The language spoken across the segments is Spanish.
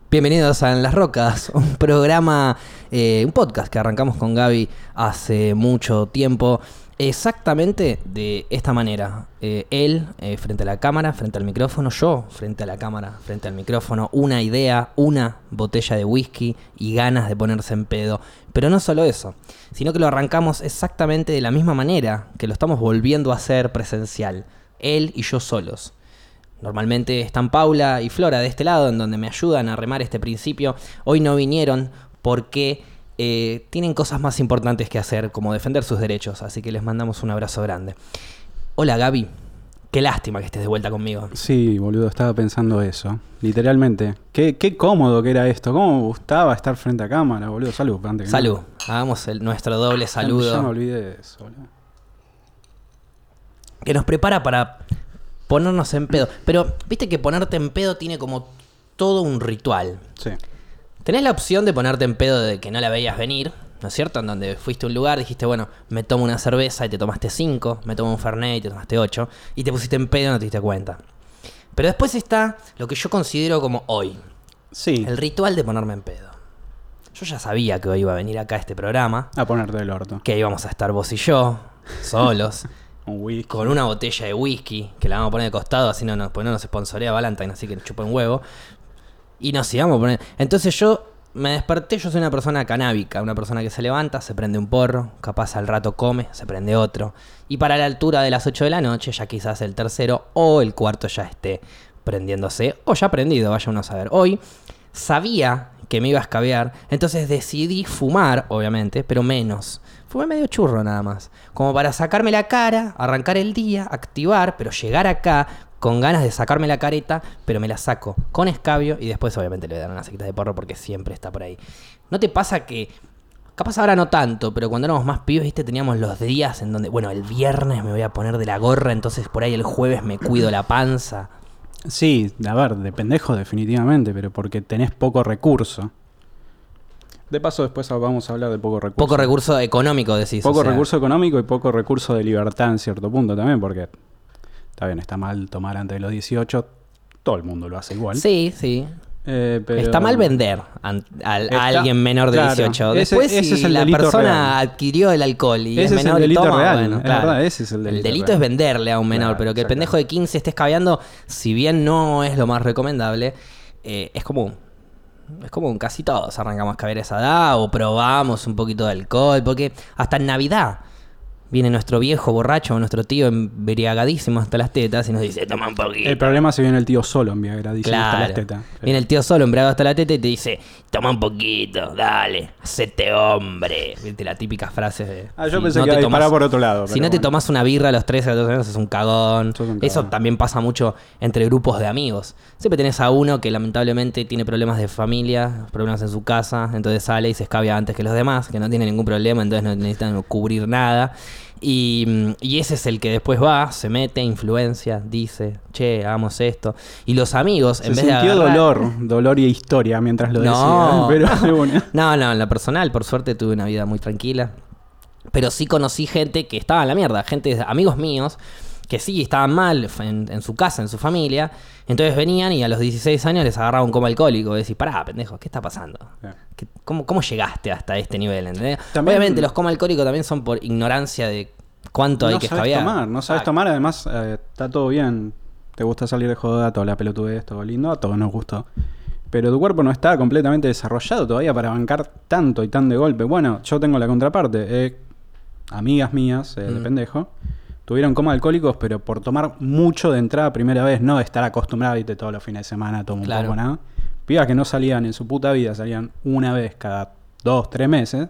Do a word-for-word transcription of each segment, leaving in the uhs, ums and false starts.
Bienvenidos a En las Rocas, un programa, eh, un podcast que arrancamos con Gaby hace mucho tiempo, exactamente de esta manera. Eh, él eh, frente a la cámara, frente al micrófono, yo frente a la cámara, frente al micrófono, una idea, una botella de whisky y ganas de ponerse en pedo. Pero no solo eso, sino que lo arrancamos exactamente de la misma manera que lo estamos volviendo a hacer presencial, él y yo solos. Normalmente están Paula y Flora de este lado, en donde me ayudan a remar este principio. Hoy no vinieron porque eh, tienen cosas más importantes que hacer, como defender sus derechos. Así que les mandamos un abrazo grande. Hola Gaby, qué lástima que estés de vuelta conmigo. Sí, boludo, estaba pensando eso. Literalmente. Qué, qué cómodo que era esto. Cómo me gustaba estar frente a cámara, boludo. Salud, antes que Salud. nada. Hagamos el, nuestro doble saludo. Ya me olvidé de eso, boludo. Que nos prepara para ponernos en pedo. Pero viste que ponerte en pedo tiene como todo un ritual. Sí. Tenés la opción de ponerte en pedo de que no la veías venir, ¿no es cierto? En donde fuiste a un lugar, dijiste, bueno, me tomo una cerveza y te tomaste cinco, me tomo un Fernet y te tomaste ocho, y te pusiste en pedo y no te diste cuenta. Pero después está lo que yo considero como hoy. Sí. El ritual de ponerme en pedo. Yo ya sabía que hoy iba a venir acá a este programa. A ponerte del orto. Que íbamos a estar vos y yo, solos. Un whisky. Con una botella de whisky, que la vamos a poner de costado, así no nos, pues no nos sponsorea Valentine, así que nos chupa un huevo. Y nos íbamos a poner. Entonces yo me desperté, yo soy una persona canábica, una persona que se levanta, se prende un porro, capaz al rato come, se prende otro. Y para la altura de las ocho de la noche, ya quizás el tercero o el cuarto ya esté prendiéndose, o ya prendido, vaya uno a saber. Hoy sabía que me iba a escabear, entonces decidí fumar, obviamente, pero menos. Fumé medio churro nada más, como para sacarme la cara, arrancar el día, activar, pero llegar acá con ganas de sacarme la careta, pero me la saco con escabio y después obviamente le voy a dar una sequita de porro porque siempre está por ahí. ¿No te pasa que, capaz ahora no tanto, pero cuando éramos más pibes, viste, teníamos los días en donde, bueno, el viernes me voy a poner de la gorra, entonces por ahí el jueves me cuido la panza? Sí, a ver, de pendejo definitivamente, pero porque tenés poco recurso. De paso, después vamos a hablar de poco recurso. Poco recurso económico, decís. Poco o sea. recurso económico y poco recurso de libertad en cierto punto también, porque está bien, está mal tomar antes de los dieciocho, todo el mundo lo hace igual. Sí, sí. Eh, pero... Está mal vender a, a, a Está, alguien menor de claro, dieciocho. Ese, Después, ese si es el la delito persona real. adquirió el alcohol y ese es menor es el delito y toma, real, bueno, es claro. verdad, ese es el delito El delito real. es venderle a un menor, Claro, pero que el pendejo de quince esté escabeando, si bien no es lo más recomendable, eh, es común. Es común, casi todos arrancamos a escabear a esa edad o probamos un poquito de alcohol, porque hasta en Navidad viene nuestro viejo borracho o nuestro tío embriagadísimo hasta las tetas y nos dice, toma un poquito. El problema si viene el tío solo embriagadísimo Claro. hasta las tetas. Viene el tío solo embriagado hasta la teta y te dice, toma un poquito, dale, hacete hombre. Viste la típica frase de... Ah, yo si pensé no que te iba a tomás- disparar por otro lado. Si pero no te bueno. tomás una birra a los trece, a los doce años, sos un cagón. Sos un Eso cagón. también pasa mucho entre grupos de amigos. Siempre tenés a uno que lamentablemente tiene problemas de familia, problemas en su casa, entonces sale y se escabia antes que los demás, que no tiene ningún problema, entonces no necesitan cubrir nada. Y, y ese es el que después va, se mete, influencia, dice, che, hagamos esto. Y los amigos, Se en vez de sintió agarrar... dolor, dolor y historia mientras lo No. decía. Pero, bueno. No, no, en lo personal, por suerte, tuve una vida muy tranquila. Pero sí conocí gente que estaba en la mierda, gente, amigos míos, que sí estaban mal en, en su casa, en su familia. Entonces venían y a los dieciséis años les agarraba un coma alcohólico. Y decís, pará, pendejo, ¿qué está pasando? Yeah. ¿Qué- cómo, ¿Cómo llegaste hasta este nivel? ¿Entendés? También- Obviamente los coma alcohólicos también son por ignorancia de cuánto hay No que sabes escabear. tomar, no sabes Ah, tomar. Además, eh, está todo bien. Te gusta salir de joda, toda la pelotudez, todo lindo, a todos nos gustó. Pero tu cuerpo no está completamente desarrollado todavía para bancar tanto y tan de golpe. Bueno, yo tengo la contraparte. Eh, amigas mías, eh, de Mm. pendejo, tuvieron coma alcohólicos, pero por tomar mucho de entrada primera vez, no de estar acostumbrado, viste, todos los fines de semana, tomo un Claro. poco, nada. Pibas que no salían en su puta vida, salían una vez cada dos, tres meses.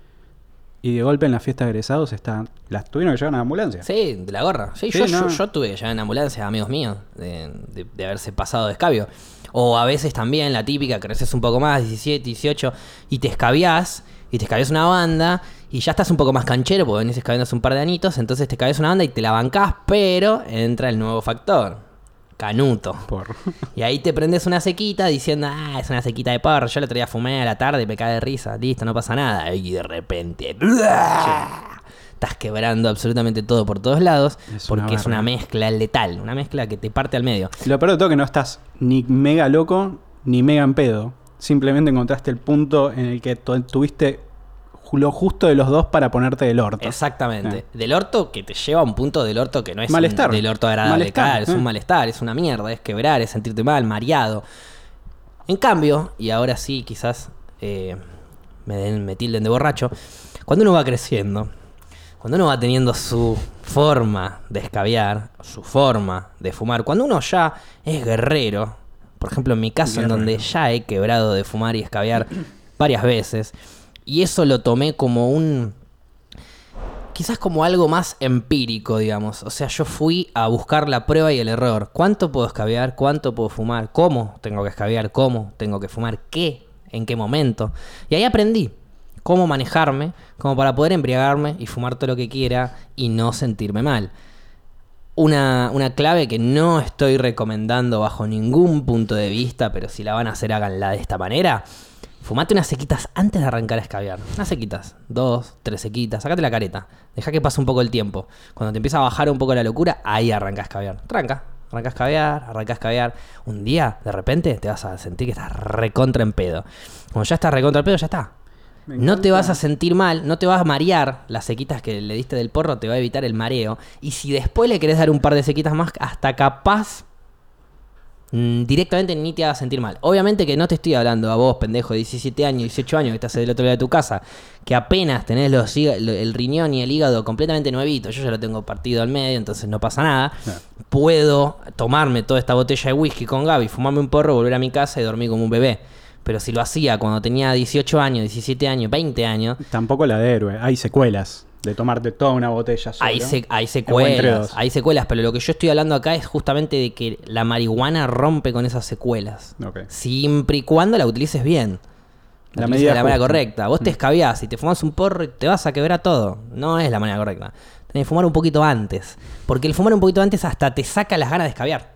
Y de golpe en la fiesta de egresados están, las tuvieron que llevar a la ambulancia. Sí, de la gorra. Sí, Sí, yo, no. yo, yo tuve ya en ambulancia amigos míos de, de, de haberse pasado de escabio. O a veces también la típica, creces un poco más, diecisiete, dieciocho, y te escabiás, y te escabiás una banda, y ya estás un poco más canchero, porque venís escabiando hace un par de anitos, entonces te escabiás una banda y te la bancás, pero entra el nuevo factor, canuto. Por... Y ahí te prendes una sequita diciendo, ah, es una sequita de porro. Yo el otro día fumé a la tarde y me cae de risa. Listo, no pasa nada. Y de repente, ¡blah! Estás quebrando absolutamente todo por todos lados. Es una porque es una barra. mezcla letal. Una mezcla que te parte al medio. Lo peor de todo es que no estás ni mega loco ni mega en pedo. simplemente encontraste el punto en el que tu- tuviste ju- lo justo de los dos para ponerte del orto. Exactamente. Eh. Del orto que te lleva a un punto del orto que no es Malestar. un del orto agradable. Malestar, Claro, es eh. un malestar, es una mierda, es quebrar, es sentirte mal, mareado. En cambio, y ahora sí quizás eh, me, den, me tilden de borracho, cuando uno va creciendo, cuando uno va teniendo su forma de escabiar, su forma de fumar, cuando uno ya es guerrero, por ejemplo en mi caso, en donde ya he quebrado de fumar y escabiar varias veces, y eso lo tomé como un... quizás como algo más empírico, digamos. O sea, yo fui a buscar la prueba y el error. ¿Cuánto puedo escabiar? ¿Cuánto puedo fumar? ¿Cómo tengo que escabiar? ¿Cómo tengo que fumar? ¿Qué? ¿En qué momento? Y ahí aprendí cómo manejarme, como para poder embriagarme y fumar todo lo que quiera y no sentirme mal. Una, una clave que no estoy recomendando bajo ningún punto de vista, pero si la van a hacer, háganla de esta manera. Fumate unas sequitas antes de arrancar a escabiar. Unas sequitas, dos, tres sequitas. Sacate la careta. Deja que pase un poco el tiempo. Cuando te empieza a bajar un poco la locura, ahí arranca a escabiar. Arranca, arranca a escabiar, arranca a escabiar. Un día, de repente, te vas a sentir que estás recontra en pedo. Cuando ya estás recontra en pedo, ya está. No te vas a sentir mal, no te vas a marear. Las sequitas que le diste del porro te va a evitar el mareo. Y si después le querés dar un par de sequitas más, hasta capaz... directamente ni te hagas sentir mal. Obviamente que no te estoy hablando a vos, pendejo de diecisiete años, dieciocho años, que estás del otro lado de tu casa, que apenas tenés los híg- el riñón y el hígado completamente nuevito. Yo ya lo tengo partido al medio, entonces no pasa nada. No. Puedo tomarme toda esta botella de whisky con Gaby, fumarme un porro, volver a mi casa y dormir como un bebé. Pero si lo hacía cuando tenía dieciocho años, diecisiete años, veinte años, Tampoco la de héroe. Hay secuelas de tomarte toda una botella solo. Hay, se- hay O entre secuelas, dos. hay secuelas, pero lo que yo estoy hablando acá es justamente de que la marihuana rompe con esas secuelas. Ok. Siempre y cuando la utilices bien. La, La utilices medida de la manera justa. correcta. Vos te Mm. escabiás y te fumas un porro y te vas a quebrar todo. No es la manera correcta. Tenés que fumar un poquito antes. Porque el fumar un poquito antes hasta te saca las ganas de escabiar.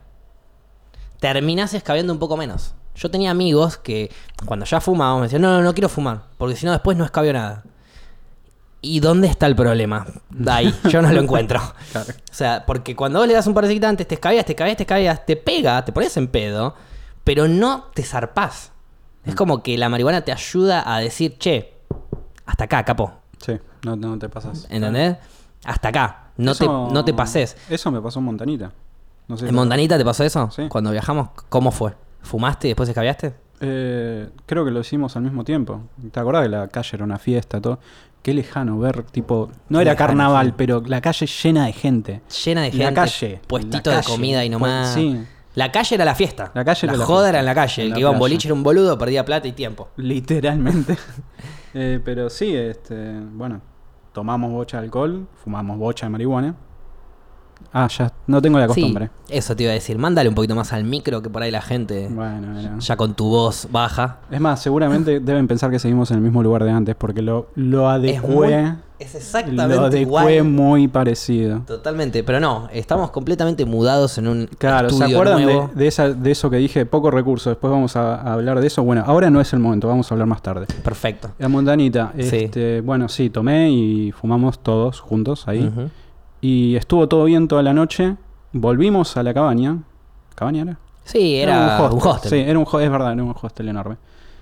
Terminás escabeando un poco menos. Yo tenía amigos que cuando ya fumábamos me decían, no, no, no quiero fumar, porque si no después no escabio nada. ¿Y dónde está el problema? De ahí, yo no lo encuentro. Claro. O sea, porque cuando vos le das un par de sequitas antes, te escabias, te escabias, te escabias, te pega, te pones en pedo, pero no te zarpás. Es como que la marihuana te ayuda a decir, che, hasta acá, capo. Sí, no, no te pasas. ¿Entendés? Hasta acá. No, Eso- te, no te pases. Eso me pasó en Montanita. No sé ¿En si- Montanita te pasó eso? Sí. Cuando viajamos, ¿cómo fue? ¿Fumaste y después escabiaste? Eh, creo que lo hicimos al mismo tiempo. ¿Te acordás que la calle era una fiesta, todo? Qué lejano ver, tipo... No Qué era lejano, carnaval, sí. pero la calle llena de gente. Llena de gente. La calle. Puestito la de calle, comida y nomás. pues, sí. La calle era la fiesta. La calle la era la joda fiesta. era en la calle. En El la que iba a un playa. boliche era un boludo, perdía plata y tiempo. Literalmente. Eh, pero sí, este, bueno, tomamos bocha de alcohol, fumamos bocha de marihuana. Ah, ya no tengo la costumbre. Sí, eso te iba a decir. Mándale un poquito más al micro que por ahí la gente, Bueno, era- ya con tu voz baja. Es más, seguramente deben pensar que seguimos en el mismo lugar de antes porque lo, lo adecué. Es Lo exactamente adecué igual. muy parecido. Totalmente, pero no, estamos completamente mudados en un Claro, ¿se estudio acuerdan de, nuevo. de, esa, de eso que dije? Pocos recursos, después vamos a, a hablar de eso. Bueno, ahora no es el momento, vamos a hablar más tarde. Perfecto. La montanita, Sí. este, bueno, sí, tomé y fumamos todos juntos ahí. Ujú. Y estuvo todo bien toda la noche. Volvimos a la cabaña. ¿Cabaña era? Sí, era, un hostel. Sí, era un hostel, es verdad, era un hostel enorme.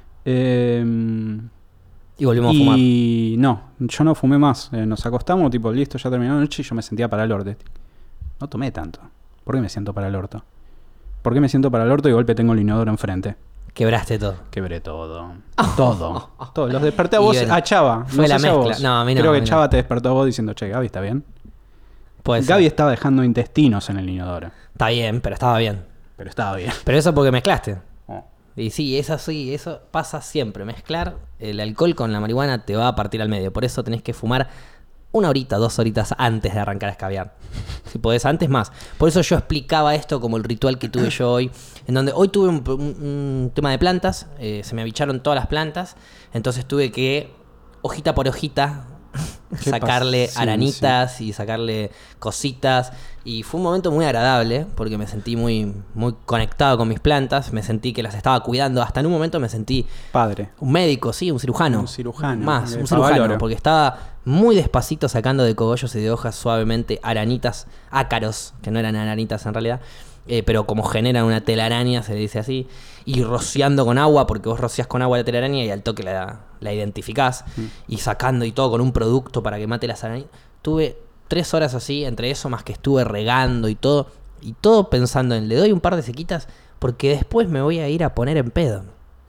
Eh, Y volvimos a fumar. y no, yo no fumé más. Eh, nos acostamos, tipo, listo, ya terminó la noche y yo me sentía para el orto. No tomé tanto. ¿Por qué me siento para el orto? ¿Por qué me siento para el orto y de golpe tengo el inodoro enfrente? Quebraste todo. Quebré todo. Todo. Todo. Los desperté a Y vos, bueno, a Chava. fue no la sé si a mezcla. vos. No, a mí no, Creo a que mí no. Chava te despertó a vos diciendo, che, Gaby, ¿está bien? Puede ser. Gaby estaba dejando intestinos en el inodoro. Está bien, pero estaba bien. Pero estaba bien. Pero eso porque mezclaste. Oh. Y sí, es así, eso pasa siempre. Mezclar el alcohol con la marihuana te va a partir al medio. Por eso tenés que fumar una horita, dos horitas antes de arrancar a escabiar. Si podés antes, más. Por eso yo explicaba esto como el ritual que tuve yo hoy. En donde hoy tuve un, un- un tema de plantas. eh, se me abicharon todas las plantas. Entonces tuve que, hojita por hojita, Qué sacarle paciencia. aranitas y sacarle cositas. Y fue un momento muy agradable porque me sentí muy, muy conectado con mis plantas. Me sentí que las estaba cuidando. Hasta en un momento me sentí Padre. un médico, sí, un cirujano. Un cirujano, Más, de un cirujano. Favaloro. Porque estaba muy despacito sacando de cogollos y de hojas suavemente aranitas, ácaros, que no eran aranitas en realidad. eh, pero como generan una telaraña, se dice así, y rociando con agua, porque vos rociás con agua la telaraña y al toque la, la identificás, mm. y sacando y todo con un producto para que mate las arañas. Tuve tres horas así, entre eso más que estuve regando y todo, y todo pensando en, le doy un par de sequitas, porque después me voy a ir a poner en pedo.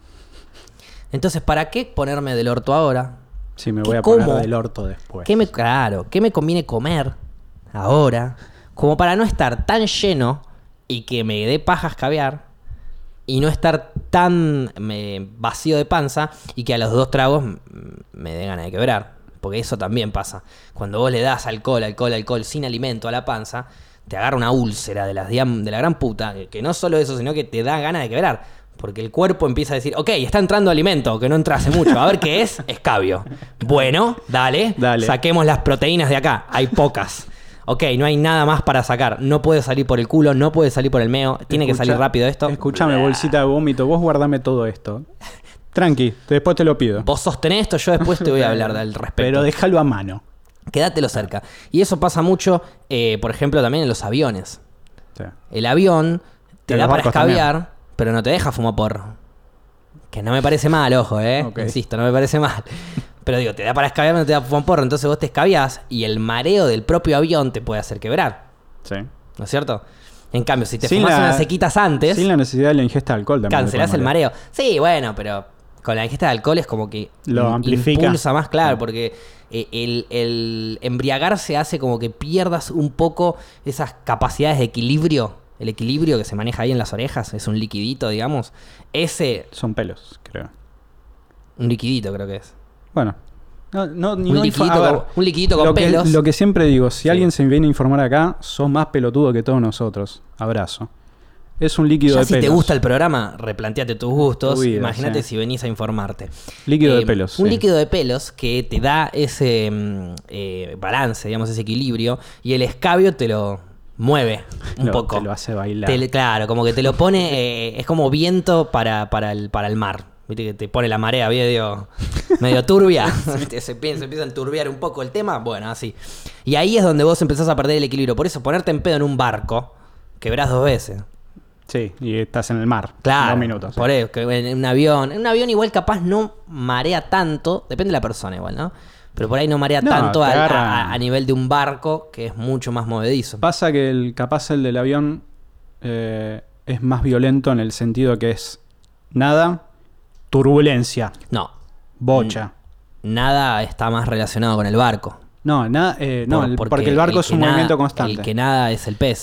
Entonces, ¿para qué ponerme del orto ahora? Sí, me voy a poner del orto después. ¿Qué me, claro, ¿qué me conviene comer ahora? Como para no estar tan lleno y que me dé paja escabiar y no estar tan me, vacío de panza y que a los dos tragos me dé ganas de quebrar. Porque eso también pasa. Cuando vos le das alcohol, alcohol, alcohol sin alimento a la panza, te agarra una úlcera de, las, de la gran puta, que no solo eso, sino que te da ganas de quebrar. Porque el cuerpo empieza a decir, ok, está entrando alimento, que no entra hace mucho. A ver qué es, escabio. Bueno, dale, dale, saquemos las proteínas de acá. Hay pocas. Ok, no hay nada más para sacar. No puede salir por el culo, no puede salir por el meo. Tiene Escucha, que salir rápido esto. Escúchame, bolsita de vómito, vos guardame todo esto. Tranqui, después te lo pido. Vos sostenés esto, yo después te voy a hablar del respecto. Pero déjalo a mano. Quédatelo cerca. Y eso pasa mucho, eh, por ejemplo, también en los aviones. Sí. El avión te da para escabiar... También. Pero no te deja fumar porro. Que no me parece mal, ojo, ¿eh? Okay. Insisto, no me parece mal. Pero digo, te da para escabiar, pero no te da fumar porro. Entonces vos te escabiás y el mareo del propio avión te puede hacer quebrar. Sí. ¿No es cierto? En cambio, si te sin fumás la, unas sequitas antes... Sin la necesidad de la ingesta de alcohol también. Cancelás el mareo. Sí, bueno, pero con la ingesta de alcohol es como que... Lo amplifica. Impulsa más, claro, porque el, el embriagarse hace como que pierdas un poco esas capacidades de equilibrio. El equilibrio que se maneja ahí en las orejas, es un liquidito, digamos. Ese... Son pelos, creo. Un liquidito, creo que es. Bueno. No, no, un, no liquidito ver, con, un liquidito con lo pelos. Que, lo que siempre digo, si sí. alguien se viene a informar acá, sos más pelotudo que todos nosotros. Abrazo. Es un líquido ya de si pelos. Si te gusta el programa, replanteate tus gustos. Imagínate sí. si venís a informarte. Líquido eh, de pelos. Un sí. líquido de pelos que te da ese eh, balance, digamos, ese equilibrio. Y el escabio te lo... mueve un lo, poco. Te lo hace bailar. Te, claro, como que te lo pone... Eh, es como viento para, para, el, para el mar. Viste que te pone la marea medio, medio turbia. se, se empieza a enturbiar un poco el tema. Bueno, así. Y ahí es donde vos empezás a perder el equilibrio. Por eso ponerte en pedo en un barco, quebrás dos veces. Sí, y estás en el mar. Claro. Dos minutos. Por eso, que en un avión. En un avión igual capaz no marea tanto. Depende de la persona igual, ¿no? Pero por ahí no marea no, tanto a, a, a nivel de un barco, que es mucho más movedizo. Pasa que el capaz el del avión eh, es más violento en el sentido que es nada, turbulencia. No. Bocha. Nada está más relacionado con el barco. No, nada, eh, no, Por, porque, porque el barco el es un nada, movimiento constante. El que nada es el pez.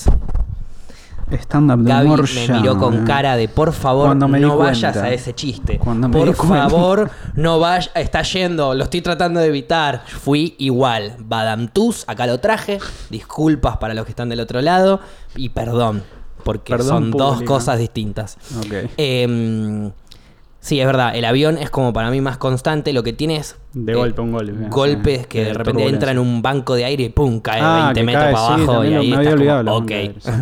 Stand-up de Gaby humor me ya, miró con cara de por favor no vayas a ese chiste. Por favor no vayas. Está yendo, lo estoy tratando de evitar. Fui igual. Badamtus, acá lo traje. Disculpas para los que están del otro lado. Y perdón, porque perdón, son público. Dos cosas distintas. Okay. Eh, sí, es verdad. El avión es como para mí más constante. Lo que tiene es de eh, golpe, un golpe. Golpes sí, que de repente turbulencia. Entra en un banco de aire y pum, cae ah, veinte metros cae, para sí, abajo. Y ahí está como, ok.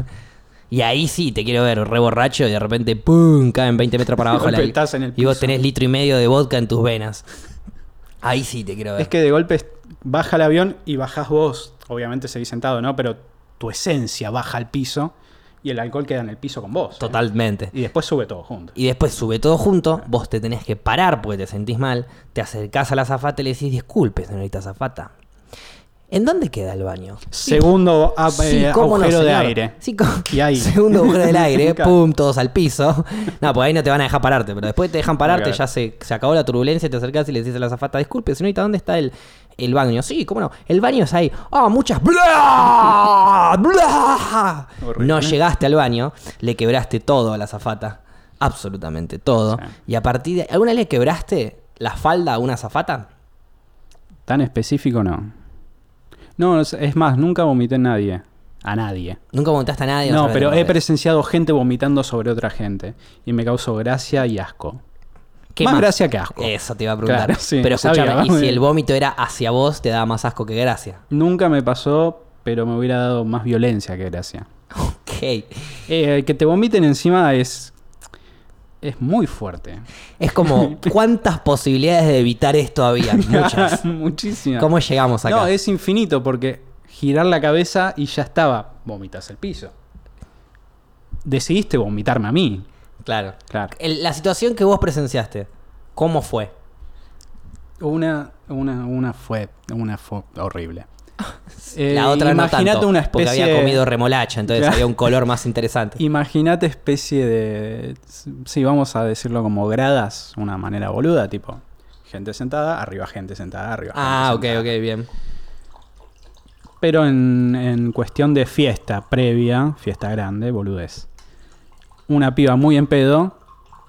Y ahí sí, te quiero ver re borracho y de repente ¡pum! Caen veinte metros para abajo la, en el y vos tenés litro y medio de vodka en tus venas. Ahí sí te quiero ver. Es que de golpe baja el avión y bajás vos. Obviamente seguís sentado, ¿no? Pero tu esencia baja al piso y el alcohol queda en el piso con vos. Totalmente. ¿eh? Y después sube todo junto. Y después sube todo junto, vos te tenés que parar porque te sentís mal, te acercás a la azafata y le decís, disculpe, señorita azafata. ¿En dónde queda el baño? Segundo a, sí, eh, agujero no, de aire. Sí, como... y ahí. Segundo agujero del aire, pum, todos al piso. No, pues ahí no te van a dejar pararte, pero después te dejan pararte, okay. ya se, se acabó la turbulencia, te acercás y le dices a la azafata, disculpe, señorita, ¿dónde está el, el baño? Sí, ¿cómo no? El baño es ahí. ¡Ah, oh, muchas! ¡Bla! ¡Bla! No llegaste al baño, le quebraste todo a la azafata. Absolutamente todo. Sí. Y a partir de... ¿Alguna vez le quebraste la falda a una azafata? Tan específico no. No, es más, nunca vomité en nadie. A nadie. ¿Nunca vomitaste a nadie? No, pero he presenciado gente vomitando sobre otra gente. Y me causó gracia y asco. ¿Qué más, más gracia que asco. Eso te iba a preguntar. Claro, sí, pero escúchame, sabía, ¿y si el vómito era hacia vos, te daba más asco que gracia? Nunca me pasó, pero me hubiera dado más violencia que gracia. Ok. Eh, que te vomiten encima es... Es muy fuerte. Es como, ¿cuántas posibilidades de evitar esto había? Muchas. Muchísimas. ¿Cómo llegamos acá? No, es infinito porque girar la cabeza y ya estaba. Vomitas el piso. decidiste vomitarme a mí. Claro. Claro. El- la situación que vos presenciaste, ¿cómo fue? Una, una, una fue, una fue horrible. La otra no imagínate tanto, una especie porque había comido remolacha, entonces Claro. había un color más interesante. Imagínate especie de, sí, vamos a decirlo como gradas, una manera boluda, tipo gente sentada, arriba gente sentada, arriba gente Ah, ok, sentada. ok, bien. Pero en, en cuestión de fiesta previa, fiesta grande, boludez. Una piba muy en pedo,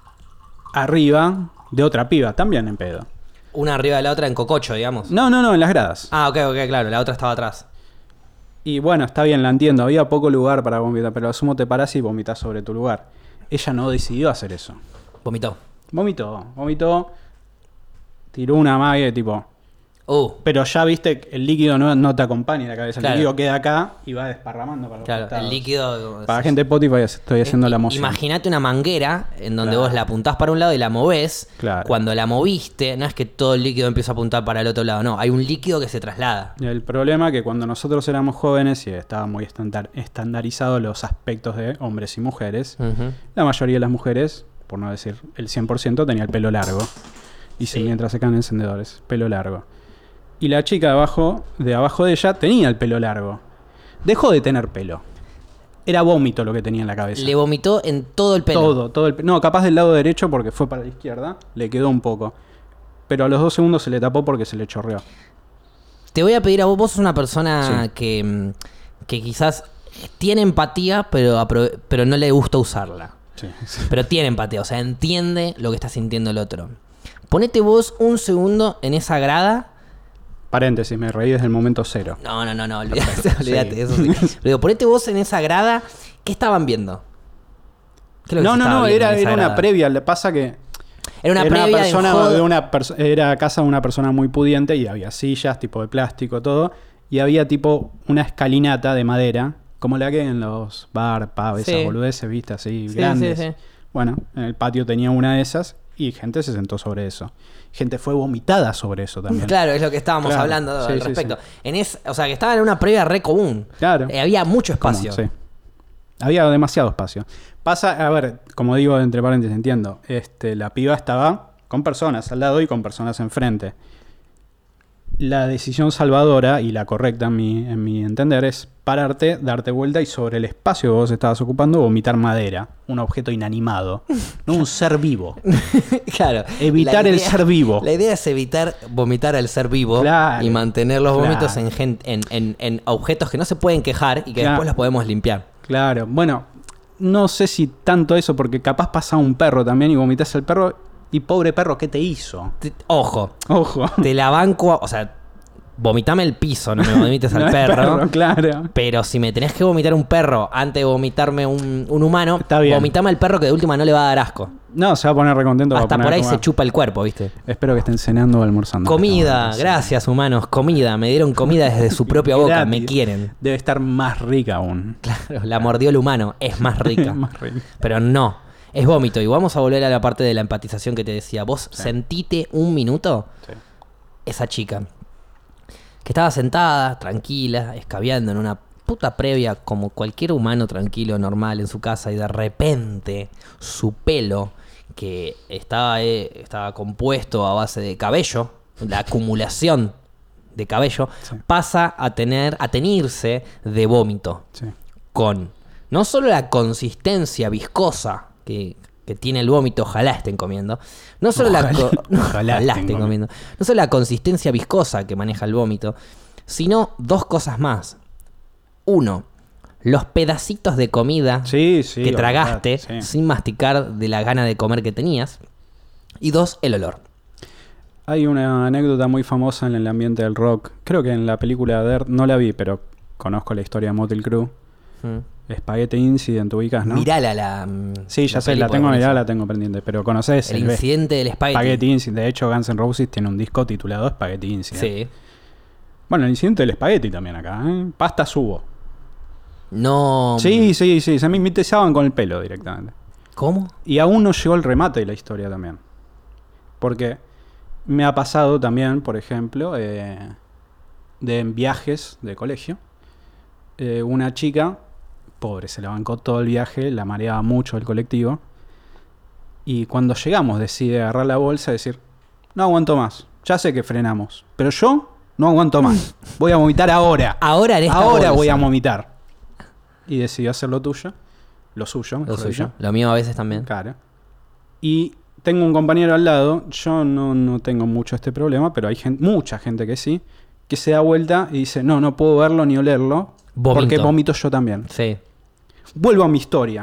arriba de otra piba, también en pedo. Una arriba de la otra en cococho, digamos. No, no, no, en las gradas. Ah, ok, ok, claro, la otra estaba atrás. Y bueno, está bien, la entiendo. Había poco lugar para vomitar, pero asumo te parás y vomitas sobre tu lugar. Ella no decidió hacer eso. Vomitó. Vomitó, vomitó. Tiró una mague tipo. Uh, Pero ya viste, el líquido no, no te acompaña en la cabeza. Claro. El líquido queda acá y va desparramando para los claro, costados. el líquido... Para la gente de Spotify estoy haciendo Eh, la moción. Imagínate una manguera en donde Claro. vos la apuntás para un lado y la movés. Claro. Cuando la moviste, no es que todo el líquido empieza a apuntar para el otro lado, no, hay un líquido que se traslada. El problema es que cuando nosotros éramos jóvenes y estaban muy estándar- estandarizados los aspectos de hombres y mujeres, Ujú. la mayoría de las mujeres, por no decir el cien por ciento, tenía el pelo largo. Y Sí. sí, mientras secan encendedores, pelo largo. Y la chica de abajo, de abajo de ella tenía el pelo largo. Dejó de tener pelo. Era vómito lo que tenía en la cabeza. Le vomitó en todo el pelo. Todo, todo el pe- No, capaz del lado derecho porque fue para la izquierda, le quedó un poco. Pero a los dos segundos se le tapó porque se le chorreó. Te voy a pedir a vos, vos sos una persona Sí. que, mm, que quizás tiene empatía, pero, apro- pero no le gusta usarla. Sí. Pero tiene empatía, o sea, entiende lo que está sintiendo el otro. Ponete vos un segundo en esa grada. Paréntesis, me reí desde el momento cero. No, no, no, no, olvídate, olvídate, Sí. eso sí. Pero digo, ponete vos en esa grada. ¿Qué estaban viendo? ¿Qué es lo que No, se no, estaba no, viendo era, en esa era una grada? previa. Le pasa que Era una era previa una de persona joda. de una perso- era casa de una persona muy pudiente y había sillas tipo de plástico, todo. Y había tipo una escalinata de madera, como la que hay en los bar, pub, Sí. esas boludeces, viste, así, Sí, grandes. sí, sí. Bueno, en el patio tenía una de esas y gente se sentó sobre eso. Gente fue vomitada sobre eso también. Claro, es lo que estábamos Claro, hablando sí, al sí, respecto. sí. En es, o sea, que estaban en una previa re común. Claro. Eh, había mucho ¿Cómo? espacio. Sí. Había demasiado espacio. Pasa, a ver, como digo entre paréntesis, entiendo. Este, la piba estaba con personas al lado y con personas enfrente. La decisión salvadora y la correcta en mi, en mi entender es pararte, darte vuelta y sobre el espacio que vos estabas ocupando vomitar madera, un objeto inanimado, no un ser vivo. Claro. Evitar La el idea- ser vivo. La idea es evitar vomitar al ser vivo Claro, y mantener los claro. vómitos en, gen- en, en- en objetos que no se pueden quejar y que Claro. después los podemos limpiar. Claro, bueno, no sé si tanto eso, porque capaz pasa un perro también y vomitas al perro y pobre perro, ¿qué te hizo? Te- ojo, Ojo. te la banco, o sea, vomitame el piso, no me vomites al No es perro. Claro. Pero si me tenés que vomitar un perro antes de vomitarme un, un humano, Está bien. vomitame al perro que de última no le va a dar asco. No, se va a poner recontento. va a Hasta poner por a ahí comer. se chupa el cuerpo, ¿viste? Espero que estén cenando o almorzando. Comida, Sí. gracias humanos, comida. Me dieron comida desde su propia boca, Gratis. me quieren. Debe estar más rica aún. Claro, la mordió el humano, es más rica. Más rica. Pero no, es vómito. Y vamos a volver a la parte de la empatización que te decía. Vos Sí. sentite un minuto Sí. esa chica que estaba sentada, tranquila, escabeando en una puta previa como cualquier humano tranquilo, normal en su casa, y de repente su pelo, que estaba, eh, estaba compuesto a base de cabello, la acumulación de cabello, Sí. pasa a tener, a teñirse de vómito, Sí. con no solo la consistencia viscosa que, que tiene el vómito, ojalá estén comiendo, no solo la Ojalá- co- ojalá ojalá estén estén comiendo, no solo la consistencia viscosa que maneja el vómito, sino dos cosas más. Uno, los pedacitos de comida Sí, sí, que tragaste olvidate, sí. sin masticar de la gana de comer que tenías. Y dos, el olor. Hay una anécdota muy famosa en el ambiente del rock. Creo que en la película Dirt, no la vi, pero conozco la historia de Motley Crue. Mm. Spaghetti Incident, ubicas, ¿no? Mirala la. mm, Sí, ya sé, peli, la porque tengo buenísima. mirada, la tengo pendiente. Pero conoces El el, incidente del Spaghetti. Spaghetti Incident. De hecho, Guns N' Roses tiene un disco titulado Spaghetti Incident. Sí. Bueno, el incidente del espagueti también acá, ¿eh? Pasta subo. No. Sí, sí, sí, se me mimetizaban con el pelo directamente. ¿Cómo? Y aún no llegó el remate de la historia también. Porque me ha pasado también, por ejemplo, eh, de en viajes de colegio, eh, una chica pobre, se la bancó todo el viaje, la mareaba mucho el colectivo. Y cuando llegamos decide agarrar la bolsa y decir, no aguanto más, ya sé que frenamos, pero yo no aguanto más, voy a vomitar ahora. Ahora en esta Ahora bolsa. voy a vomitar. Y decidió hacer lo tuyo, lo suyo. Lo mejor suyo. dicho. Lo mío a veces también. Claro. Y tengo un compañero al lado, yo no, no tengo mucho este problema, pero hay gen- mucha gente que sí, que se da vuelta y dice, no, no puedo verlo ni olerlo, Vomito. porque vomito yo también. Sí. Vuelvo a mi historia.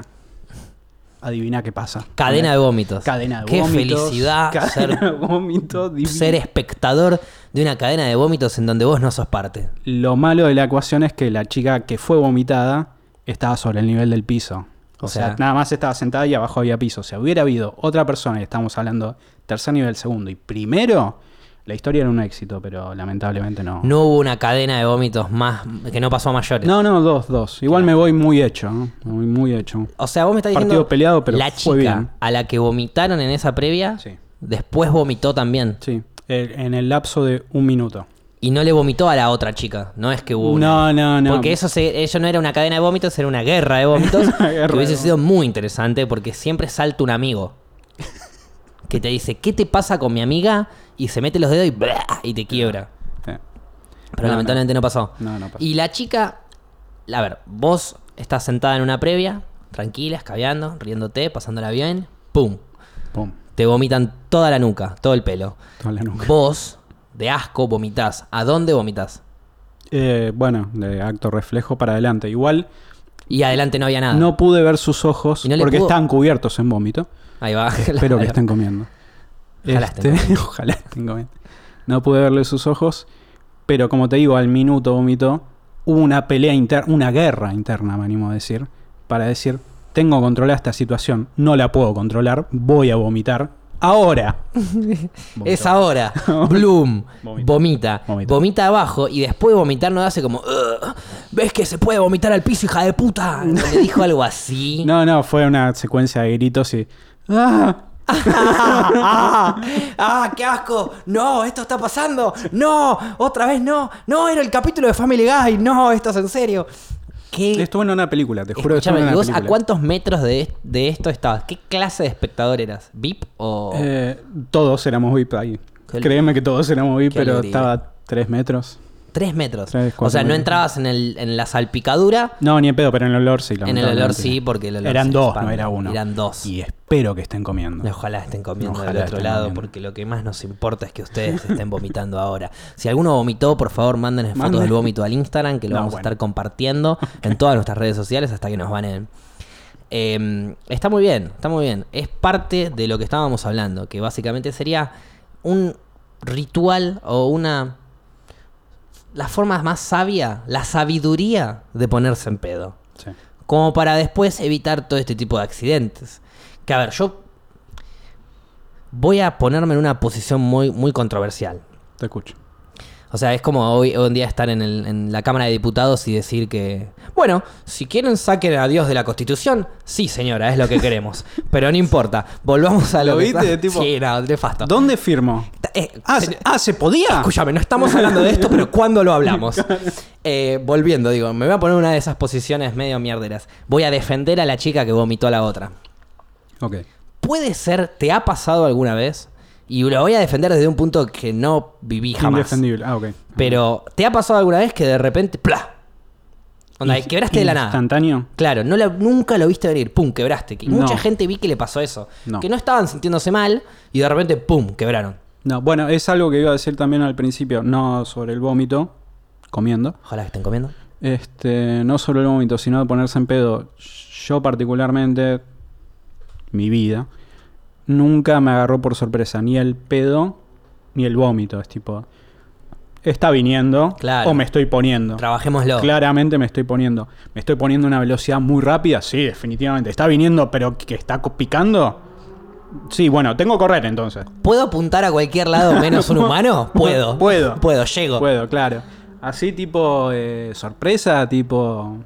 Adivina qué pasa. Cadena de vómitos. Cadena de Qué vómitos. felicidad Cadena ser, de vómitos. divino. ser espectador de una cadena de vómitos en donde vos no sos parte. Lo malo de la ecuación es que la chica que fue vomitada estaba sobre el nivel del piso. O, O sea, sea- nada más estaba sentada y abajo había piso. O sea, hubiera habido otra persona, y estamos hablando tercer nivel, segundo y primero, la historia era un éxito, pero lamentablemente no. No hubo una cadena de vómitos más que no pasó a mayores. No, no, dos, dos. Igual me voy muy hecho, ¿no? Muy, muy hecho. O sea, vos me estás diciendo Partido peleado, pero la fue chica bien. a la que vomitaron en esa previa, Sí. después vomitó también. Sí, eh, en el lapso de un minuto. Y no le vomitó a la otra chica. No es que hubo una- No, no, no. Porque eso, se, eso no era una cadena de vómitos, era una guerra de vómitos. Una guerra que hubiese de sido muy interesante porque siempre salta un amigo que te dice, ¿qué te pasa con mi amiga? Y se mete los dedos y, ¡blah! Y te quiebra. Sí. Pero No, lamentablemente no, pasó. No, no pasó. Y la chica, a ver, vos estás sentada en una previa, tranquila, escabeando, riéndote, pasándola bien, ¡pum! Pum. Te vomitan toda la nuca, todo el pelo. Toda la nuca. Vos, de asco, vomitás. ¿A dónde vomitás? Eh, bueno, de acto reflejo para adelante. Igual Y adelante no había nada. no pude ver sus ojos Y no le porque pudo- estaban cubiertos en vómito. Ahí va. Espero que estén comiendo. Ojalá Este, estén comiendo. ojalá estén comiendo. No pude verle sus ojos, pero como te digo, al minuto vomitó. Hubo una pelea interna, una guerra interna, me animo a decir, para decir, tengo controlada esta situación, no la puedo controlar, voy a vomitar ahora. Es ahora. Bloom. Vomita. Vomita. Vomita. Vomita abajo y después de vomitar no hace como, "Ugh, ¿ves que se puede vomitar al piso, hija de puta?" Le dijo algo así. No, no, fue una secuencia de gritos y... ¡Ah! ah, ah, qué asco. No, esto está pasando. No, otra vez no. No, era el capítulo de Family Guy. No, esto es en serio. ¿Qué? Estuvo en una película, te juro que estuvo Escúchame, en ¿y una vos película. a cuántos metros de, de esto estabas? ¿Qué clase de espectador eras? ¿V I P o...? Eh, todos éramos V I P ahí. Qué- Créeme que todos éramos V I P, qué pero alegría. estaba a tres metros. Tres metros. Tres, cuatro o sea, no metros. entrabas en, el, en la salpicadura. No, ni en pedo, pero en el olor sí. En el olor lamentablemente. sí, porque el olor Eran se dos, expande. no era uno. Eran dos. Y espero que estén comiendo. Ojalá estén comiendo Ojalá del otro estén lado, comiendo. porque lo que más nos importa es que ustedes estén vomitando ahora. Si alguno vomitó, por favor, manden fotos Manden. del vómito al Instagram, que lo No, vamos bueno. a estar compartiendo en todas nuestras redes sociales hasta que nos banen. Eh, está muy bien, está muy bien. Es parte de lo que estábamos hablando, que básicamente sería un ritual o una... La forma más sabia, la sabiduría de ponerse en pedo. Sí. Como para después evitar todo este tipo de accidentes. Que a ver, yo voy a ponerme en una posición muy, muy controversial. Te escucho. O sea, es como hoy, hoy en día estar en, el- en la Cámara de Diputados y decir que... Bueno, si quieren saquen a Dios de la Constitución. Sí, señora, es lo que queremos. Pero no importa. Volvamos a lo, ¿Lo que viste? está- Tipo, Sí, no, nefasto. ¿Dónde firmo? Eh, Ah, se- ¿se, ah, ¿se podía? Escúchame, no estamos hablando de esto, pero ¿cuándo lo hablamos? Eh, volviendo, digo, me voy a poner una de esas posiciones medio mierderas. Voy a defender a la chica que vomitó a la otra. Ok. ¿Puede ser, te ha pasado alguna vez? Y lo voy a defender desde un punto que no viví jamás. Indefendible. Ah, ok. Pero, ¿te ha pasado alguna vez que de repente, ¡plá! Onda, Inst- quebraste de la nada. Instantáneo. Claro, no la- nunca lo viste venir, ¡pum! Quebraste. Y No. mucha gente vi que le pasó eso. No. Que no estaban sintiéndose mal y de repente, ¡pum! Quebraron. No, bueno, es algo que iba a decir también al principio, no sobre el vómito, comiendo. Ojalá que estén comiendo. Este, no sobre el vómito, sino de ponerse en pedo. Yo particularmente, mi vida, nunca me agarró por sorpresa ni el pedo ni el vómito. Es tipo, está viniendo Claro. o me estoy poniendo. Trabajémoslo. Claramente me estoy poniendo. ¿Me estoy poniendo a una velocidad muy rápida? Sí, definitivamente. ¿Está viniendo pero que está co- picando? Sí, bueno, tengo que correr entonces. ¿Puedo apuntar a cualquier lado menos un humano? Puedo. Puedo. Puedo, llego. Puedo, claro. Así tipo eh, sorpresa, tipo...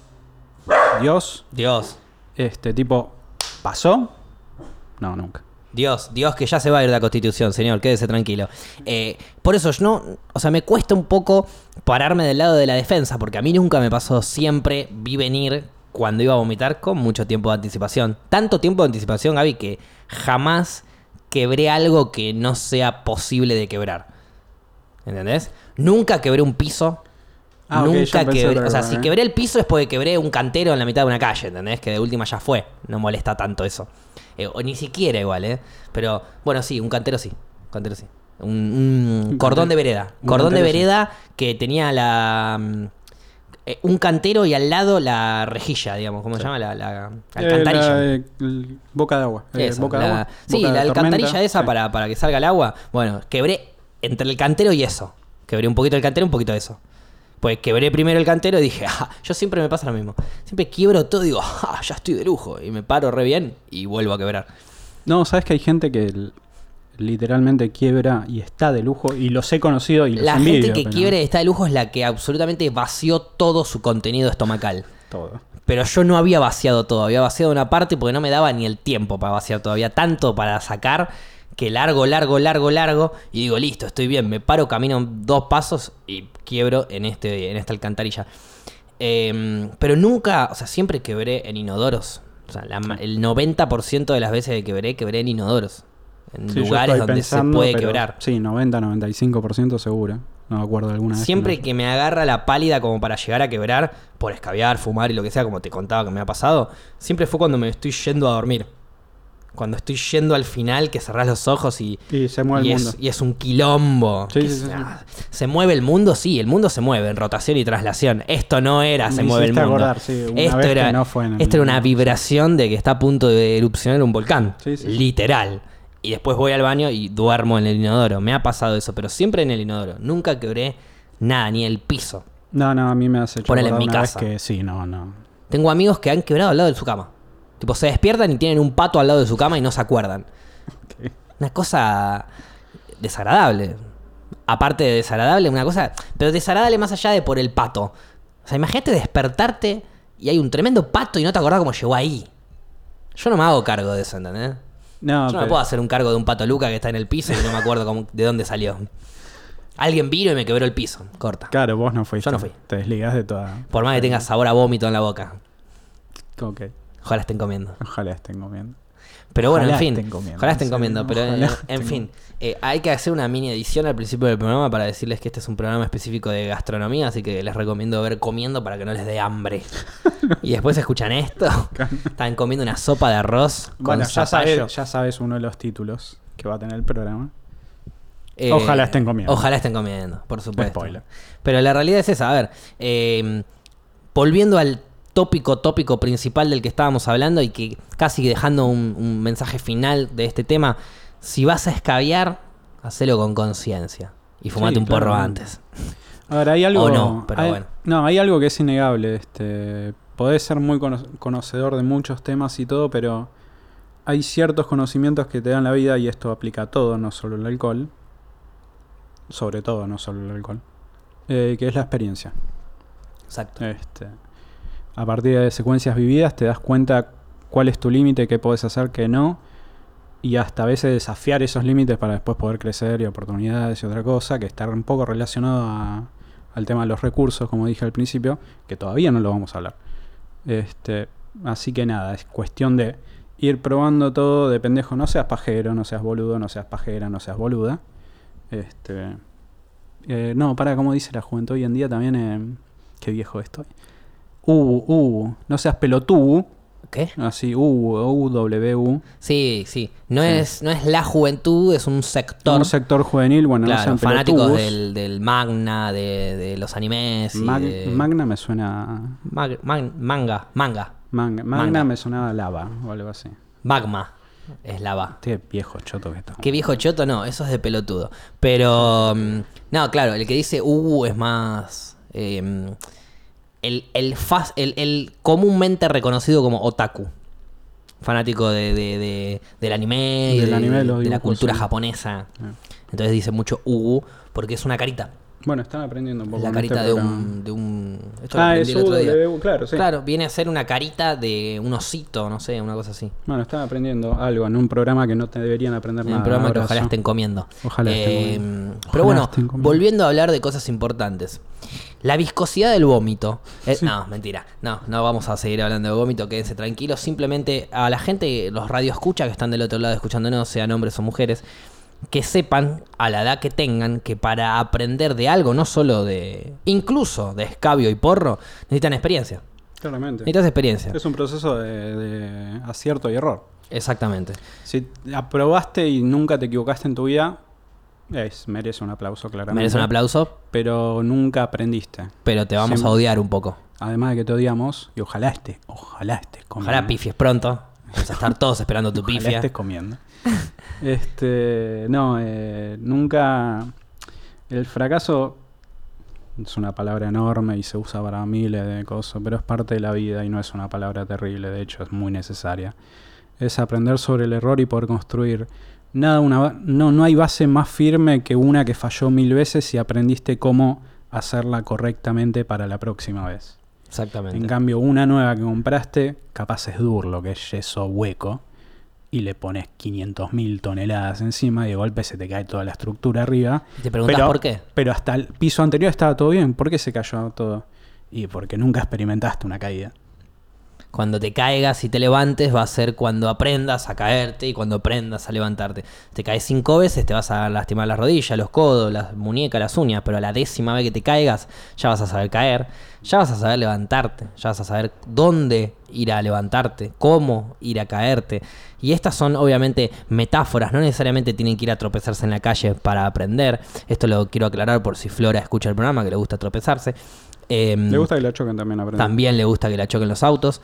Dios. Dios. Este tipo... ¿Pasó? No, nunca. Dios, Dios que ya se va a ir de la Constitución, señor, quédese tranquilo. Eh, por eso yo no, o sea, me cuesta un poco pararme del lado de la defensa, porque a mí nunca me pasó, siempre vi venir cuando iba a vomitar con mucho tiempo de anticipación. Tanto tiempo de anticipación, Gaby, que jamás quebré algo que no sea posible de quebrar. ¿Entendés? Nunca quebré un piso. Ah, okay, Nunca quebré, o sea, eh. si quebré el piso es porque quebré un cantero en la mitad de una calle, ¿entendés? Que de última ya fue, no molesta tanto eso. Eh, o ni siquiera igual, ¿eh? Pero, bueno, sí, un cantero sí, un cantero sí. Un, un, un cordón de vereda, cordón de vereda sí. Que tenía la... Eh, un cantero y al lado la rejilla, digamos, ¿cómo sí. se llama? La, la alcantarilla. Eh, la, eh, boca de agua. Eh, Esa, boca la, de agua. Sí, boca la de alcantarilla tormenta, esa sí. para, para que salga el agua. Bueno, quebré entre el cantero y eso. Quebré un poquito el cantero y un poquito de eso. Pues quebré primero el cantero y dije, ah, yo siempre me pasa lo mismo. Siempre quiebro todo y digo, ah, ya estoy de lujo. Y me paro re bien y vuelvo a quebrar. No, ¿sabes que hay gente que literalmente quiebra y está de lujo? Y los he conocido y los La envidio, gente que pero... quiebra y está de lujo es la que absolutamente vació todo su contenido estomacal. Todo. Pero yo no había vaciado todo. Había vaciado una parte porque no me daba ni el tiempo para vaciar todavía. Tanto para sacar que largo, largo, largo, largo. Y digo, listo, estoy bien. Me paro, camino dos pasos y quiebro en, este, en esta alcantarilla. Eh, pero nunca, o sea, siempre quebré en inodoros. O sea, la, el noventa por ciento de las veces que quebré, quebré en inodoros. En sí, lugares donde pensando, se puede pero, quebrar. Sí, noventa, noventa y cinco por ciento seguro. No me acuerdo de alguna vez. Siempre que, que me agarra la pálida como para llegar a quebrar, por escabiar, fumar y lo que sea, como te contaba que me ha pasado, siempre fue cuando me estoy yendo a dormir. Cuando estoy yendo al final, que cerrás los ojos y, y se mueve y el es, mundo. Y es un quilombo. Sí, que sí, es, sí, ah, ¿se mueve el mundo? Sí, el mundo se mueve en rotación y traslación. Esto no era me se mueve el mundo. Acordar, sí, una esto vez era, que no fue en el esto era una mundo. vibración de que está a punto de erupcionar un volcán. Sí, sí, literal. Y después voy al baño y duermo en el inodoro. Me ha pasado eso, pero siempre en el inodoro. Nunca quebré nada, ni el piso. No, no, a mí me hace hecho Ponele en mi una casa. vez que sí, no, no. Tengo amigos que han quebrado al lado de su cama. Tipo, se despiertan y tienen un pato al lado de su cama y no se acuerdan. Okay. Una cosa desagradable. Aparte de desagradable, una cosa... Pero desagradable más allá de por el pato. O sea, imagínate despertarte y hay un tremendo pato y no te acordás cómo llegó ahí. Yo no me hago cargo de eso, ¿entendés? No, Yo no pero... me puedo hacer un cargo de un pato Luca que está en el piso y no me acuerdo cómo, de dónde salió. Alguien vino y me quebró el piso. Corta. Claro, vos no fuiste. Yo no fui. Te desligás de toda... Por más que tenga sabor a vómito en la boca. Ok. Ojalá estén comiendo. Ojalá estén comiendo. Pero bueno, Ojalá en fin. estén comiendo, Ojalá estén en serio. comiendo. Pero Ojalá en, en estén fin. Eh, hay que hacer una mini edición al principio del programa para decirles que este es un programa específico de gastronomía. Así que les recomiendo ver comiendo para que no les dé hambre. Y después escuchan esto. Están comiendo una sopa de arroz. Bueno, con ya zapallo. sabes, ya sabes uno de los títulos que va a tener el programa. Eh, Ojalá estén comiendo. Ojalá estén comiendo, por supuesto. Spoiler. Pero la realidad es esa. A ver, eh, volviendo al tópico, tópico principal del que estábamos hablando y que casi dejando un, un mensaje final de este tema, si vas a escabiar, hacelo con conciencia y fumate Sí, un porro claro. antes. Ahora, hay algo... O no, pero hay, bueno. No, hay algo que es innegable. Este, podés ser muy cono- conocedor de muchos temas y todo, pero hay ciertos conocimientos que te dan la vida y esto aplica a todo, no solo el alcohol. Sobre todo, no solo el alcohol. Eh, que es la experiencia. Exacto. Este, a partir de secuencias vividas te das cuenta cuál es tu límite, qué podés hacer, qué no. Y hasta a veces desafiar esos límites para después poder crecer y oportunidades y otra cosa, que está un poco relacionado a, al tema de los recursos, como dije al principio, que todavía no lo vamos a hablar. Este, así que nada, es cuestión de ir probando todo de pendejo. No seas pajero, no seas boludo, no seas pajera, no seas boluda. Este, eh, no, para, como dice la juventud hoy en día también, eh, qué viejo estoy. Uh, uh, no seas pelotudo. ¿Qué? Así, U, U, W, U. Sí, sí. No, Sí. Es, no es la juventud, es un sector. Un sector juvenil, bueno, Claro, no sean fanáticos pelotudos. del, del Magna, de, de los animes. Y Mag- de- Magna me suena... Mag- mag- manga, manga. Manga. Magna Manga. me sonaba lava o algo así. Magma es lava. Qué viejo choto que está. Qué viejo choto, no, eso es de pelotudo. Pero, um, no, claro, el que dice uh es más... Eh, el, el, fas- el, el comúnmente reconocido como otaku. Fanático de, de, de- del anime y Del de, anime, los de la dibujos, cultura sí. japonesa. Ah. Entonces dice mucho uh porque es una carita. Bueno, están aprendiendo un poco. La en carita este de, programa. un, de un... Esto lo Ah, aprendí es el otro día. W, claro, sí. Claro, viene a ser una carita de un osito, no sé, una cosa así. Bueno, están aprendiendo algo en un programa que no te deberían aprender En nada. un programa que Abrazo. ojalá estén comiendo. Ojalá estén Eh, comiendo. Pero Ojalá bueno, estén comiendo. volviendo a hablar de cosas importantes. La viscosidad del vómito. Eh, Sí. No, mentira. No, no vamos a seguir hablando de vómito, quédense tranquilos. Simplemente a la gente, los radioescuchas que están del otro lado escuchándonos, sean hombres o mujeres, que sepan a la edad que tengan que para aprender de algo, no solo de... incluso de escabio y porro, necesitan experiencia. Claramente. Necesitas experiencia. Es un proceso de, de acierto y error. Exactamente. Si aprobaste y nunca te equivocaste en tu vida, es, merece un aplauso, claramente. Merece un aplauso, Pero nunca aprendiste. pero te vamos Siempre- a odiar un poco. Además de que te odiamos, y ojalá estés, ojalá estés comiendo. Ojalá pifies pronto. Vamos a estar todos esperando tu Ojalá pifia. estés comiendo. este, no, eh, nunca... El fracaso es una palabra enorme y se usa para miles de cosas, pero es parte de la vida y no es una palabra terrible, de hecho es muy necesaria. Es aprender sobre el error y poder construir. Nada, una, ba- no, no hay base más firme que una que falló mil veces y aprendiste cómo hacerla correctamente para la próxima vez. Exactamente. En cambio, una nueva que compraste, capaz es durlo, que es yeso hueco, y le pones quinientas mil toneladas encima y de golpe se te cae toda la estructura arriba. ¿Te preguntás Pero- por qué? Pero hasta el piso anterior estaba todo bien. ¿Por qué se cayó todo? Y porque nunca experimentaste una caída. Cuando te caigas y te levantes va a ser cuando aprendas a caerte y cuando aprendas a levantarte. Te caes cinco veces, te vas a lastimar las rodillas, los codos, las muñecas, las uñas, pero a la décima vez que te caigas ya vas a saber caer, ya vas a saber levantarte, ya vas a saber dónde ir a levantarte, cómo ir a caerte. Y estas son obviamente metáforas, no necesariamente tienen que ir a tropezarse en la calle para aprender. Esto lo quiero aclarar por si Flora escucha el programa, que le gusta tropezarse. Eh, ¿Le gusta que la choquen también aprender? También le gusta que la choquen los autos.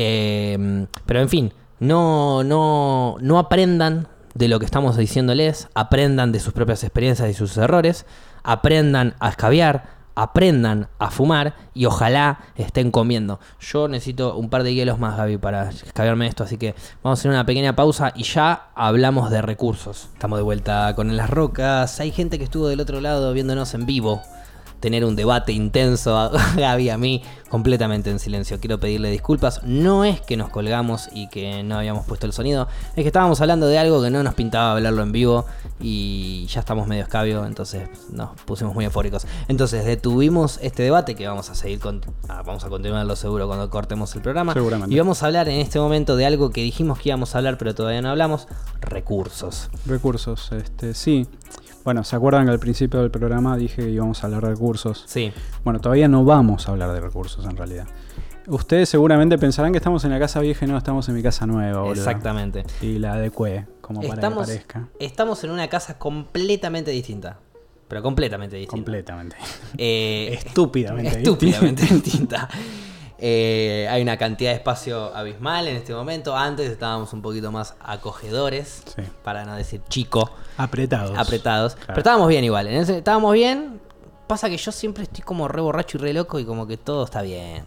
Eh, pero en fin, no, no, no aprendan de lo que estamos diciéndoles, aprendan de sus propias experiencias y sus errores, aprendan a escabiar, aprendan a fumar y ojalá estén comiendo. Yo necesito un par de hielos más, Gaby, para escabiarme esto, así que vamos a hacer una pequeña pausa y ya hablamos de recursos. Estamos de vuelta con En las Rocas. Hay gente que estuvo del otro lado viéndonos en vivo tener un debate intenso a Gaby y a mí completamente en silencio. Quiero pedirle disculpas. No es que nos colgamos y que no habíamos puesto el sonido, es que estábamos hablando de algo que no nos pintaba hablarlo en vivo y ya estamos medio escabio, entonces nos pusimos muy eufóricos. Entonces detuvimos este debate que vamos a seguir con, ah, vamos a continuarlo seguro cuando cortemos el programa. Seguramente. Y vamos a hablar en este momento de algo que dijimos que íbamos a hablar pero todavía no hablamos: recursos. Recursos, este, sí. Bueno, ¿se acuerdan que al principio del programa dije que íbamos a hablar de recursos? Sí. Bueno, todavía no vamos a hablar de recursos en realidad. Ustedes seguramente pensarán que estamos en la casa vieja y no estamos en mi casa nueva, boludo. Exactamente. Y la adecué, como para Estamos, que parezca. estamos en una casa completamente distinta. Pero completamente distinta. Completamente. Eh, Estúpidamente estúpidamente distinta. Eh, hay una cantidad de espacio abismal en este momento. Antes estábamos un poquito más acogedores, Sí. para no decir chico, Apretados. apretados. Claro. Pero estábamos bien igual. En ese- estábamos bien. Pasa que yo siempre estoy como re borracho y re loco y como que todo está bien.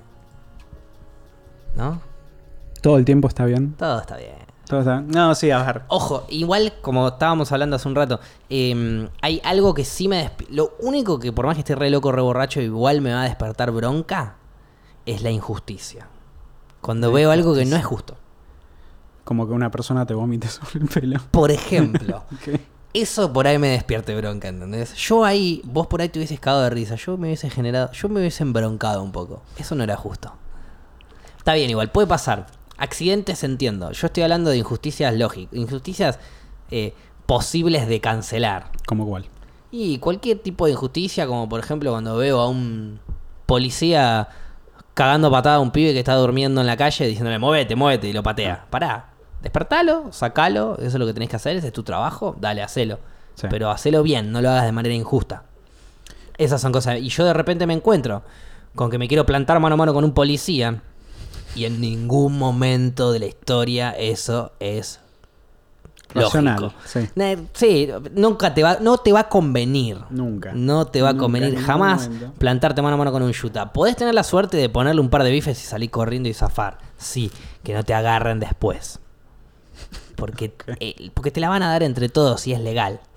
¿No? Todo el tiempo está bien. Todo está bien. Todo está... No, sí, a ver. Ojo, igual como estábamos hablando hace un rato, eh, hay algo que sí me... desp- Lo único que por más que esté re loco, re borracho, igual me va a despertar bronca, es la injusticia. Cuando La veo algo que injusticia. no es justo. Como que una persona te vomite sobre el pelo. Por ejemplo, Ok. eso por ahí me despierte bronca, ¿entendés? Yo ahí, vos por ahí te hubieses cagado de risa, yo me hubiese generado, yo me hubiese embroncado un poco. Eso no era justo. Está bien, igual, puede pasar. Accidentes entiendo. Yo estoy hablando de injusticias lógicas, injusticias eh, posibles de cancelar. ¿Cómo cuál? Y cualquier tipo de injusticia, como por ejemplo cuando veo a un policía cagando patada a un pibe que está durmiendo en la calle diciéndole muévete, muévete, y lo patea. Pará, despertalo, sacalo, eso es lo que tenés que hacer, ese es tu trabajo, dale, hacelo. Sí. Pero hacelo bien, no lo hagas de manera injusta. Esas son cosas. Y yo de repente me encuentro con que me quiero plantar mano a mano con un policía y en ningún momento de la historia eso es Racional, lógico. sí. Ne- Sí, nunca te va, no te va a convenir. Nunca. No te va a Nunca, convenir en ningún jamás momento. plantarte mano a mano con un yuta. Podés tener la suerte de ponerle un par de bifes y salir corriendo y zafar. Sí, que no te agarren después. Porque, Ok. eh, porque te la van a dar entre todos y es legal.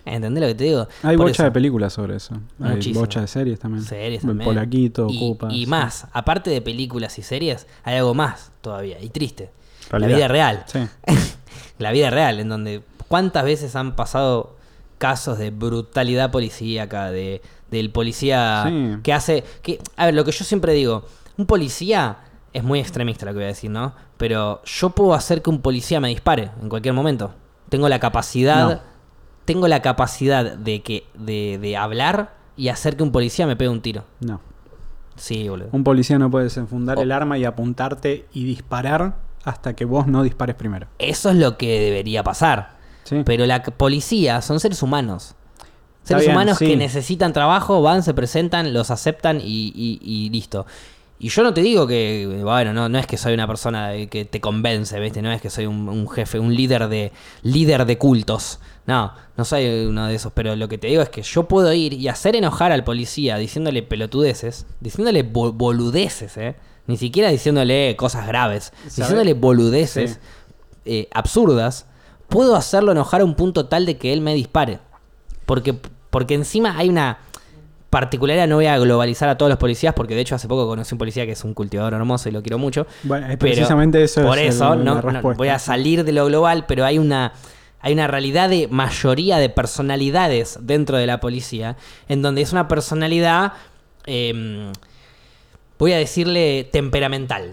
¿Entendés lo que te digo? Hay Por bocha eso. de películas sobre eso. Hay Muchísimo. bocha de series también. Series El también. Polaquito, y, Cupa. y sí. más, aparte de películas y series, hay algo más todavía, y triste. Realidad. La vida real. Sí. La vida real, en donde cuántas veces han pasado casos de brutalidad policíaca, de del policía Sí. que hace... que A ver, lo que yo siempre digo, un policía es muy extremista lo que voy a decir, ¿no? Pero yo puedo hacer que un policía me dispare en cualquier momento. Tengo la capacidad... No. Tengo la capacidad de que de, de hablar y hacer que un policía me pegue un tiro. No. Sí, boludo. Un policía no puede desenfundar Oh. el arma y apuntarte y disparar hasta que vos no dispares primero. Eso es lo que debería pasar. Sí. Pero la c- policía son seres humanos. Está Seres bien, humanos sí. que necesitan trabajo, van, se presentan, los aceptan y, y- y listo. Y yo no te digo que, bueno, no, no es que soy una persona de- que te convence, ¿viste? No es que soy un, un jefe, un líder de líder de cultos. No, no soy uno de esos. Pero lo que te digo es que yo puedo ir y hacer enojar al policía diciéndole pelotudeces, diciéndole bo- boludeces, ¿eh? Ni siquiera diciéndole cosas graves, ¿Sabe? diciéndole boludeces Sí. eh, absurdas. Puedo hacerlo enojar a un punto tal de que él me dispare. Porque, porque encima hay una particularidad, no voy a globalizar a todos los policías, porque de hecho hace poco conocí un policía que es un cultivador hermoso y lo quiero mucho. Bueno, es Pero precisamente eso por es eso el- no, la no respuesta. voy a salir de lo global, pero hay una, hay una realidad de mayoría de personalidades dentro de la policía, en donde es una personalidad, eh, voy a decirle, temperamental.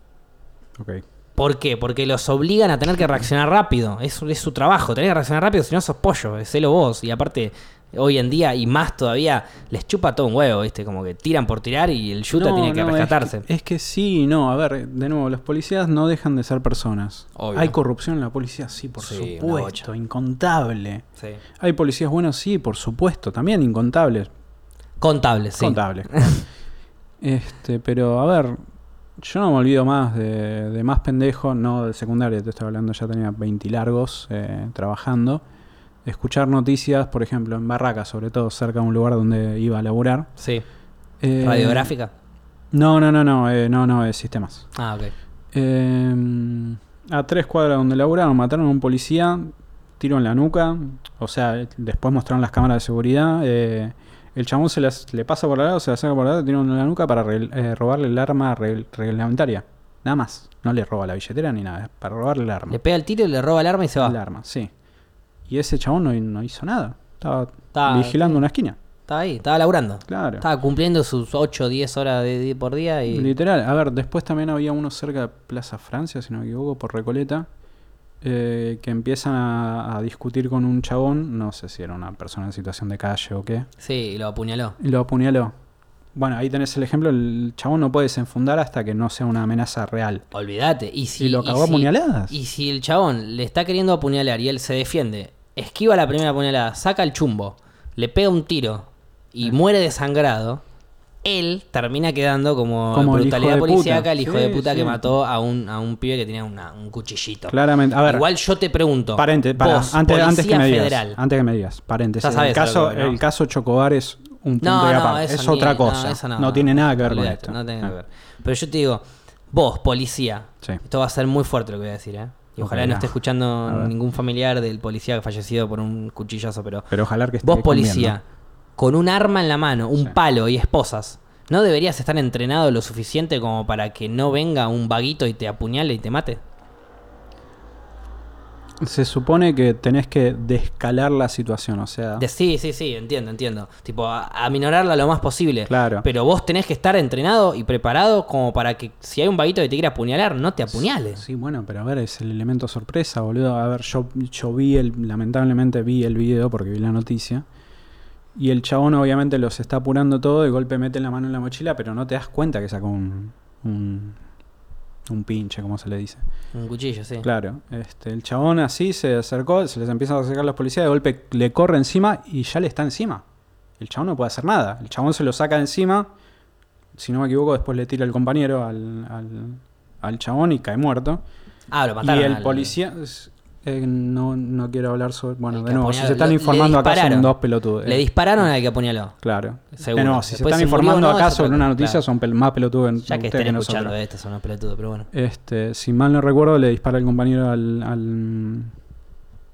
Ok. ¿Por qué? Porque los obligan a tener que reaccionar rápido. Es, es su trabajo, tener que reaccionar rápido, si no sos pollo, hacelo vos. Y aparte, hoy en día, y más todavía, les chupa todo un huevo, ¿viste? Como que tiran por tirar y el yuta No, tiene que no, rescatarse. Es que, es que sí, no, a ver, de nuevo, los policías no dejan de ser personas. Obvio. Hay corrupción en la policía, sí, por Sí, una supuesto, bocha. incontable. Sí. Hay policías buenos, sí, por supuesto, también incontables. Contable, sí. Contables. este, pero a ver, yo no me olvido más de, de más pendejo, no de secundaria, te estoy hablando, ya tenía veinte largos eh, trabajando. Escuchar noticias, por ejemplo, en Barracas, sobre todo cerca de un lugar donde iba a laburar. Sí. Eh, ¿Radiográfica? No, no, no, no, eh, no, no, es sistemas. Ah, ok. Eh, a tres cuadras donde laburaron, mataron a un policía, tiro en la nuca. O sea, después mostraron las cámaras de seguridad. Eh, el chabón se las, le pasa por al lado, se la saca por al lado, tiro en la nuca para re- eh, robarle el arma re- reglamentaria. Nada más. No le roba la billetera ni nada, es para robarle el arma. Le pega el tiro y le roba el arma y se va. El arma, sí. Y ese chabón no, no hizo nada. Estaba Estaba- vigilando una esquina. Estaba ahí, estaba laburando. Claro. Estaba cumpliendo sus ocho o diez horas de, de- por día y... Literal. A ver, después también había uno cerca de Plaza Francia, si no me equivoco, por Recoleta, eh, que empiezan a, a discutir con un chabón, no sé si era una persona en situación de calle o qué, Sí, y lo apuñaló. y lo apuñaló. Bueno, ahí tenés el ejemplo, el chabón no puede desenfundar hasta que no sea una amenaza real. Olvídate. Y, si, Y lo cagó a si- puñaladas. Y si el chabón le está queriendo apuñalar y él se defiende, esquiva la primera puñalada, saca el chumbo, le pega un tiro y Eh. muere desangrado, él termina quedando como, Como el brutalidad hijo de policíaca, puta. el hijo Sí, de puta sí. que mató a un, a un pibe que tenía una- un cuchillito. Claramente. A ver, Igual yo te pregunto, parente, para, vos, antes, antes que policía me digas, federal, antes que me digas, paréntesis. Ya sabes el caso, a lo que voy, ¿no? el caso Chocobar es un punto No, y no, aparte. eso Es ni- otra no, cosa. eso No, tiene nada que ver con olvidate, esto. No tiene Ah. que ver. Pero yo te digo, vos, policía, Sí. esto va a ser muy fuerte lo que voy a decir, ¿eh? Y ojalá Ok, no ah. esté escuchando A ver. ningún familiar del policía fallecido por un cuchillazo, pero Pero ojalá que esté vos, policía, comiendo. con un arma en la mano, un Sí. palo y esposas, ¿no deberías estar entrenado lo suficiente como para que no venga un vaguito y te apuñale y te mate? Se supone que tenés que descalar la situación, o sea... De- sí, sí, sí, entiendo, entiendo. Tipo, a, aminorarla lo más posible. Claro. Pero vos tenés que estar entrenado y preparado como para que si hay un vaguito que te quiere apuñalar, no te apuñale. Sí, bueno, pero a ver, es el elemento sorpresa, boludo. A ver, yo, yo vi el... Lamentablemente vi el video porque vi la noticia. Y el chabón obviamente los está apurando todo, de golpe mete la mano en la mochila, pero no te das cuenta que sacó un... un un pinche, como se le dice. Un cuchillo, sí. Claro, este, el chabón así se acercó, se les empiezan a acercar los policías, de golpe le corre encima y ya le está encima. El chabón no puede hacer nada. El chabón se lo saca de encima, si no me equivoco, después le tira el compañero al, al, al chabón y cae muerto. Ah, lo mataron. Y el al- policía, eh, no, no quiero hablar sobre... Bueno, El de que nuevo, si apuñaló- se están lo- le informando acá son dispararon. dos pelotudos. Le dispararon al que apuñaló. Claro. Seguro. De nuevo, si se Después están si murió informando o no, acá es sobre otra una cosa, noticia, claro. son pel- más pelotudos en Ya que ustedes estén que escuchando nosotros. esto, son unos pelotudos, pero bueno. Este, si mal no recuerdo, le dispara el compañero al, al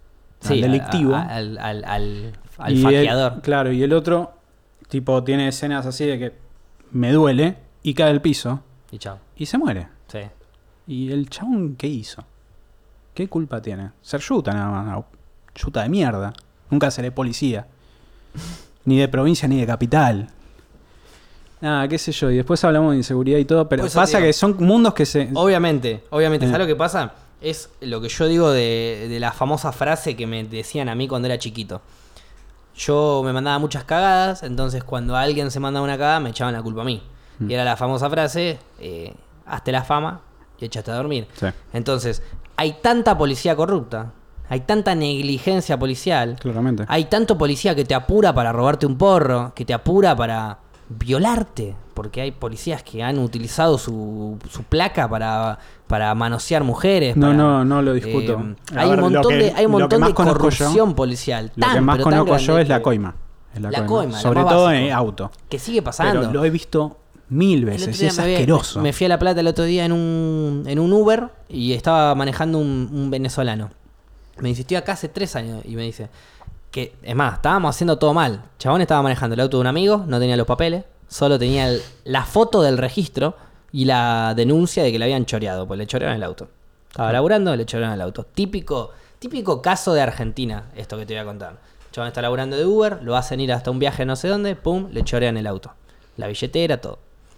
Sí, al delictivo. a- a- al al, al, al Y faqueador. el- claro, y el otro, tipo, tiene escenas así de que me duele y cae al piso Y chao. y se muere. Sí. ¿Y el chabón qué hizo? ¿Qué culpa tiene? Ser yuta nada más. no, Yuta de mierda. Nunca seré policía. Ni de provincia ni de capital. Nada, qué sé yo. Y después hablamos de inseguridad y todo. Pero Por eso pasa digo, que son mundos que se... Obviamente, obviamente. Eh. ¿Sabes lo que pasa? Es lo que yo digo de, de la famosa frase que me decían a mí cuando era chiquito. Yo me mandaba muchas cagadas, entonces cuando alguien se mandaba una cagada me echaban la culpa a mí. Mm. Y era la famosa frase, eh, hazte la fama y échate a dormir. Sí, Entonces, hay tanta policía corrupta, hay tanta negligencia policial, claramente. hay tanto policía que te apura para robarte un porro, que te apura para violarte, porque hay policías que han utilizado su, su placa para, para manosear mujeres. No, para- no, no lo discuto. eh, A hay, ver, un lo montón que- de, hay un lo que montón más de conozco yo- corrupción policial. Lo tan, que más pero tan conozco yo grande es la que- coima. Es la, La coima. coima, lo Sobre más todo básico. en auto. Que sigue pasando. Pero lo he visto mil El veces. otro Y día es me, había- asqueroso. me fui a La Plata el otro día en un, en un Uber y estaba manejando un, un venezolano. Me insistió acá hace tres años y me dice que, es más, estábamos haciendo todo mal. Chabón estaba manejando el auto de un amigo, no tenía los papeles, solo tenía el- la foto del registro y la denuncia de que le habían choreado, pues le chorearon el auto. Estaba laburando, le chorearon el auto. Típico, típico caso de Argentina, esto que te voy a contar. Chabón está laburando de Uber, lo hacen ir hasta un viaje no sé dónde, pum, le chorean el auto. La billetera, todo.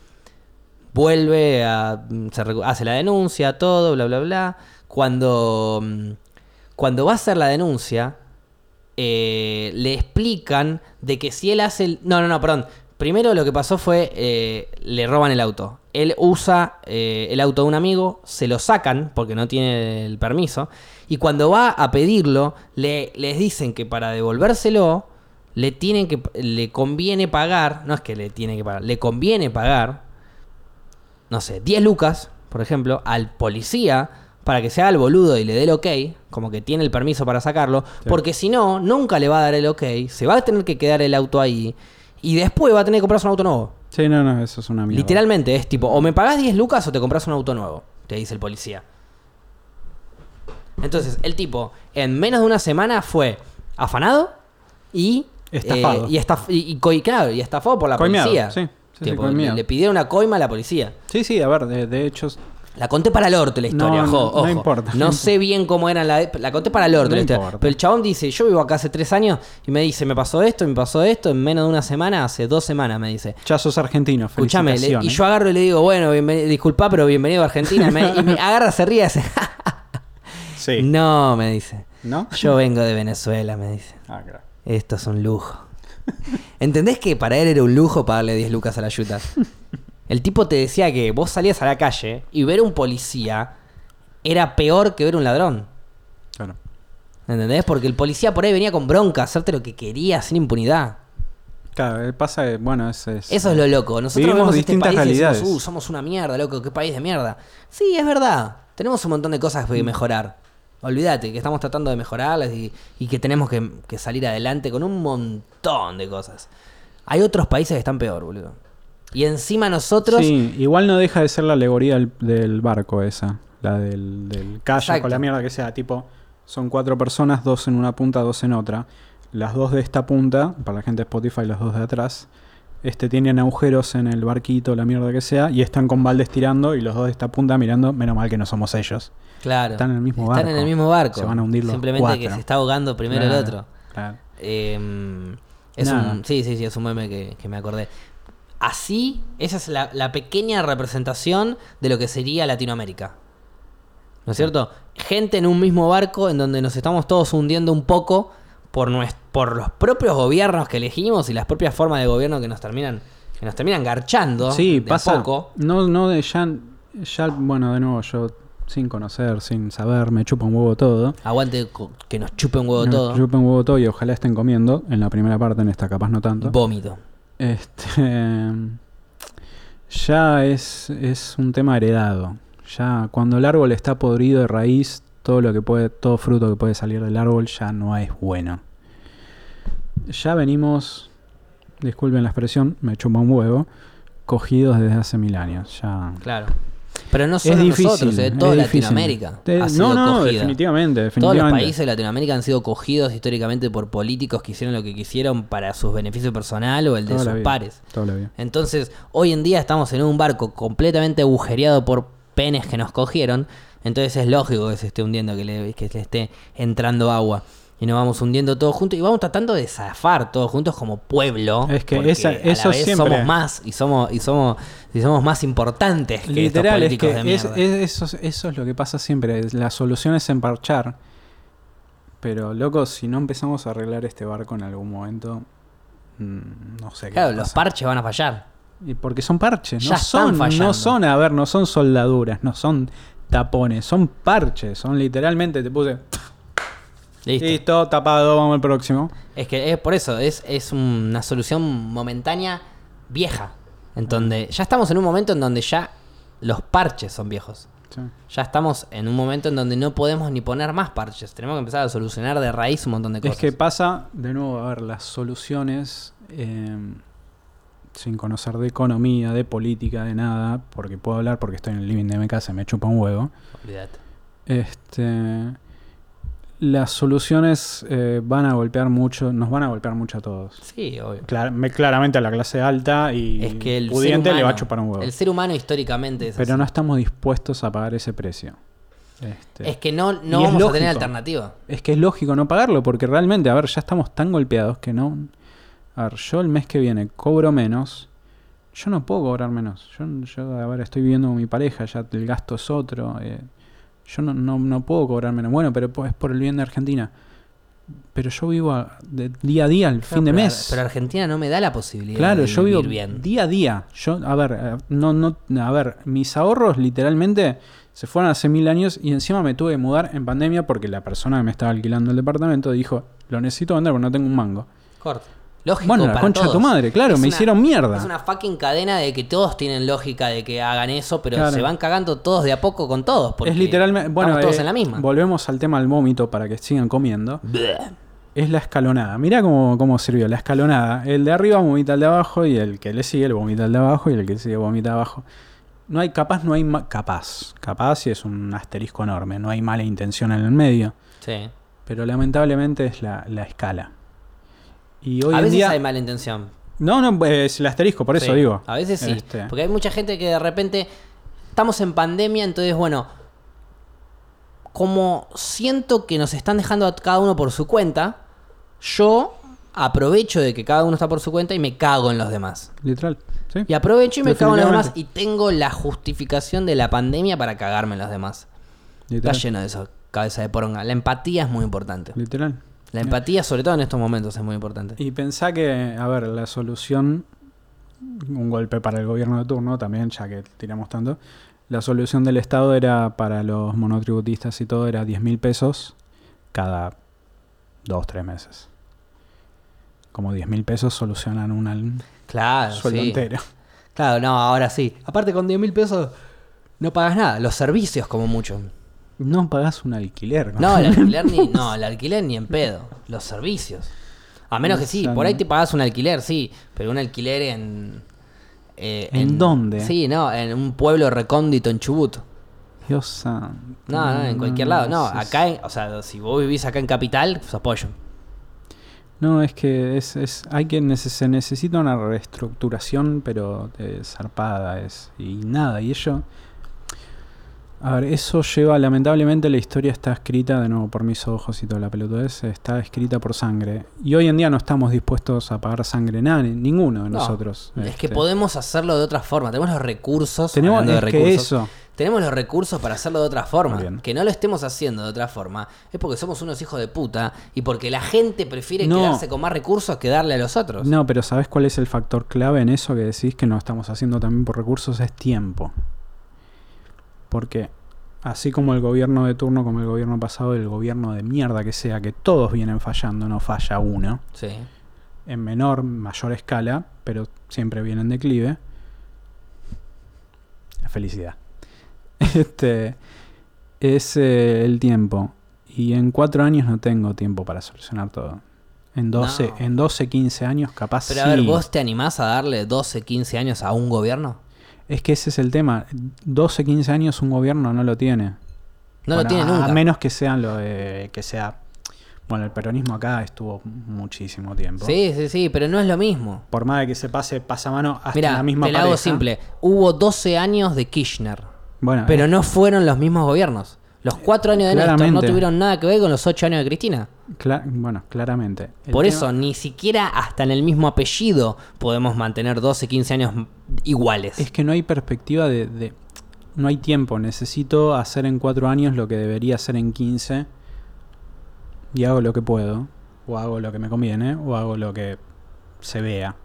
Vuelve a. Se recu- hace la denuncia, todo, bla, bla, bla. Cuando. mm, Cuando va a hacer la denuncia, eh, le explican de que si él hace el. No, no, no, perdón. Primero lo que pasó fue. eh, le roban el auto. Él usa eh, el auto de un amigo, se lo sacan porque no tiene el permiso. Y cuando va a pedirlo, le, les dicen que para devolvérselo, le tienen que. Le conviene pagar. No es que le tiene que pagar, le conviene pagar. No sé, diez lucas, por ejemplo, al policía para que se haga el boludo y le dé el ok, como que tiene el permiso para sacarlo, Sí. porque si no, nunca le va a dar el ok, se va a tener que quedar el auto ahí y después va a tener que comprarse un auto nuevo. Sí, no, no, eso es una mierda. Literalmente es tipo, o me pagás diez lucas o te compras un auto nuevo, te dice el policía. Entonces, el tipo, en menos de una semana fue afanado y... Estafado. eh, y, estaf- y, y coi- claro, y estafado por la Coimeado, policía. sí, sí, sí, Tipo, coimeado. le, le pidieron una coima a la policía. Sí, sí, a ver, de, de hecho... La conté para el orto la historia, No, ojo, no, no ojo. importa, No no sé bien cómo era la... La conté para el orto No la historia. importa. Pero el chabón dice, yo vivo acá hace tres años y me dice, me pasó esto, me pasó esto, en menos de una semana, hace dos semanas me dice. Ya sos argentino, Escuchame, le- y felicitaciones. yo agarro y le digo, bueno, bienveni- disculpa, pero bienvenido a Argentina. Y me, y me agarra, se ríe y hace, Sí. no, me dice. ¿No? Yo vengo de Venezuela, me dice. Ah, claro. Esto es un lujo. ¿Entendés que para él era un lujo pagarle diez lucas a la yuta? El tipo te decía que vos salías a la calle y ver un policía era peor que ver un ladrón. Claro. ¿Entendés? Porque el policía por ahí venía con bronca, hacerte lo que quería sin impunidad. Claro, eh, pasa que, bueno, es, es- Eso es lo loco. Nosotros Vivimos vemos este distintas país y decimos, realidades. uh, somos una mierda, loco, qué país de mierda. Sí, es verdad. Tenemos un montón de cosas que mejorar. Olvídate que estamos tratando de mejorarlas y, y que tenemos que, que salir adelante con un montón de cosas. Hay otros países que están peor, boludo. Y encima nosotros... Sí, igual no deja de ser la alegoría del, del barco esa. La del, del kayak Exacto. o la mierda que sea. Tipo, son cuatro personas, dos en una punta, dos en otra. Las dos de esta punta, para la gente de Spotify, las dos de atrás, este tienen agujeros en el barquito, la mierda que sea, y están con baldes tirando, y los dos de esta punta mirando, menos mal que no somos ellos. Claro. Están en el mismo Están barco. en el mismo barco. Se van a hundir los Simplemente cuatro. que se está ahogando primero Claro, el otro. claro. Eh, es Nada. un, sí, sí, sí, es un meme que, que me acordé. Así, esa es la, la pequeña representación de lo que sería Latinoamérica. ¿No es cierto? Gente en un mismo barco en donde nos estamos todos hundiendo un poco por, nues- por los propios gobiernos que elegimos y las propias formas de gobierno que nos terminan, que nos terminan garchando Sí, de a pasa. poco. No, no, de ya, ya, bueno, de nuevo, yo sin conocer, sin saber, me chupa un huevo todo. Aguante co- que nos chupe un huevo Me todo. chupa un huevo todo y ojalá estén comiendo. En la primera parte, en esta capaz no tanto. Vómito. Este. Ya es, es un tema heredado. Ya cuando el árbol está podrido de raíz, todo lo que puede, todo fruto que puede salir del árbol ya no es bueno. Ya venimos, disculpen la expresión, me chupa un huevo, cogidos desde hace mil años. Ya. Claro. Pero no solo es difícil, nosotros, de toda es difícil. Latinoamérica. De- ha sido no, no, cogida. definitivamente, definitivamente. Todos los países de Latinoamérica han sido cogidos históricamente por políticos que hicieron lo que quisieron para su beneficio personal o el de Toda la sus vida, pares. toda la vida. Entonces, hoy en día estamos en un barco completamente agujereado por penes que nos cogieron. Entonces es lógico que se esté hundiendo, que le, que le esté entrando agua. Y nos vamos hundiendo todos juntos y vamos tratando de zafar todos juntos como pueblo. Es que porque esa- a la eso vez siempre- somos más y somos y somos y somos más importantes que Literal, estos es políticos que de es- mierda. es- eso, eso es lo que pasa siempre. es- La solución es emparchar. Pero, loco, si no empezamos a arreglar este barco en algún momento, mm, no sé qué Claro, va a los pasar. parches van a fallar. Y porque son parches, Ya no están son, fallando. no son, a ver, no son soldaduras, no son tapones, son parches, son literalmente, te puse, Listo. listo, tapado, vamos al próximo. Es que es por eso, es, es una solución momentánea vieja. En donde ya estamos en un momento en donde ya los parches son viejos. Sí. Ya estamos en un momento en donde no podemos ni poner más parches. Tenemos que empezar a solucionar de raíz un montón de cosas. Es que pasa, de nuevo, a ver, las soluciones, eh, sin conocer de economía, de política, de nada, porque puedo hablar porque estoy en el living de mi casa y me chupa un huevo. Olvídate. Este, las soluciones eh, van a golpear mucho, nos van a golpear mucho a todos. Sí, obvio. Clar- me- claramente a la clase alta y Es que el pudiente ser le va a humano- chupar un huevo. El ser humano históricamente es Pero así. no estamos dispuestos a pagar ese precio. Este, Es que no, Y no es vamos a tener lógico. alternativa. es que es lógico no pagarlo, porque realmente, a ver, ya estamos tan golpeados que no... A ver, yo el mes que viene cobro menos, yo no puedo cobrar menos. Yo, yo a ver, estoy viviendo con mi pareja, ya el gasto es otro. eh, yo no, no, no puedo cobrar menos. Bueno, pero es por el bien de Argentina. Pero yo vivo a- de día a día, al fin de Pero- mes. Pero Argentina no me da la posibilidad Claro, de yo vivo vivir bien. día a día. Yo, a ver, eh, no, no, a ver, mis ahorros literalmente se fueron hace mil años y encima me tuve que mudar en pandemia porque la persona que me estaba alquilando el departamento dijo, lo necesito vender porque no tengo un mango. Corto. Lógico Bueno, la para concha de todos. tu madre, claro, Es me una- hicieron mierda. Es una fucking cadena de que todos tienen lógica de que hagan eso, pero Claro. se van cagando todos de a poco con todos. Porque Es literalmente, bueno, estamos todos eh, en la misma. volvemos al tema del vómito para que sigan comiendo. Bleh. Es la escalonada. Mirá cómo, cómo sirvió la escalonada. El de arriba vomita al de abajo y el que le sigue le vomita al de abajo y el que le sigue vomita abajo. No hay capaz, no hay ma- capaz. Capaz y es un asterisco enorme. No hay mala intención en el medio. Sí. Pero lamentablemente es la, la escala. Y hoy A en veces día... hay mala intención. No, no, es el asterisco, por eso Sí, digo. A veces sí. Este, Porque hay mucha gente que de repente estamos en pandemia, entonces bueno, como siento que nos están dejando a cada uno por su cuenta, yo aprovecho de que cada uno está por su cuenta y me cago en los demás. Literal. ¿Sí? Y aprovecho y me cago en los demás Definitivamente. y tengo la justificación de la pandemia para cagarme en los demás. Está Literal. lleno de eso, cabeza de poronga. La empatía es muy importante. Literal. La empatía, sobre todo en estos momentos, es muy importante. Y pensá que, a ver, la solución, un golpe para el gobierno de turno también, ya que tiramos tanto, la solución del Estado era para los monotributistas y todo, era diez mil pesos cada dos, tres meses. Como diez mil pesos solucionan un al- Claro, sueldo sí. entero. Claro, no, ahora sí. Aparte con diez mil pesos no pagas nada. Los servicios como mucho. No pagás un alquiler. No, el alquiler ni, no, el alquiler ni en pedo. Los servicios. A menos que sí, por ahí te pagás un alquiler, sí. Pero un alquiler en... eh, ¿En dónde? Sí, no, en un pueblo recóndito en Chubut. Dios santo. No, no, en cualquier lado. No, sí, acá, en- o sea, si vos vivís acá en Capital, sos pollo. No, es que es, es hay que nece- se necesita una reestructuración, pero eh, zarpada es y nada. Y ello, a ver, eso lleva, lamentablemente la historia está escrita, de nuevo por mis ojos y toda la pelotudez, está escrita por sangre. Y hoy en día no estamos dispuestos a pagar sangre, nada, ni- ninguno de No, nosotros. Es que Este, podemos hacerlo de otra forma. Tenemos los recursos. tenemos hablando de es que recursos, eso. Tenemos los recursos para hacerlo de otra forma. Muy bien. Que no lo estemos haciendo de otra forma es porque somos unos hijos de puta y porque la gente prefiere No. quedarse con más recursos que darle a los otros. No, pero ¿sabes cuál es el factor clave en eso que decís que no estamos haciendo también por recursos? Es tiempo. Porque así como el gobierno de turno, como el gobierno pasado, el gobierno de mierda que sea, que todos vienen fallando, no falla uno, Sí. en menor, mayor escala, pero siempre viene en declive. Felicidad. Este es eh, el tiempo. Y en cuatro años no tengo tiempo para solucionar todo. En doce, No. en doce, quince años capaz Pero a sí. ver, ¿vos te animás a darle doce, quince años a un gobierno? Es que ese es el tema. doce, quince años un gobierno no lo tiene. No bueno, lo tiene a, nunca. A menos que sean lo de, que sea... Bueno, el peronismo acá estuvo muchísimo tiempo. Sí, sí, sí, pero no es lo mismo. Por más de que se pase pasamano hasta Mirá, la misma te la pareja. hago simple. Hubo doce años de Kirchner, Bueno, pero eh, no fueron los mismos gobiernos. Los cuatro años de Néstor no claramente. tuvieron nada que ver con los ocho años de Cristina. cla- bueno, claramente. El Por tema- eso, ni siquiera hasta en el mismo apellido podemos mantener doce, quince años iguales. Es que no hay perspectiva de, de... No hay tiempo. Necesito hacer en cuatro años lo que debería hacer en quince. Y hago lo que puedo. O hago lo que me conviene. O hago lo que se vea.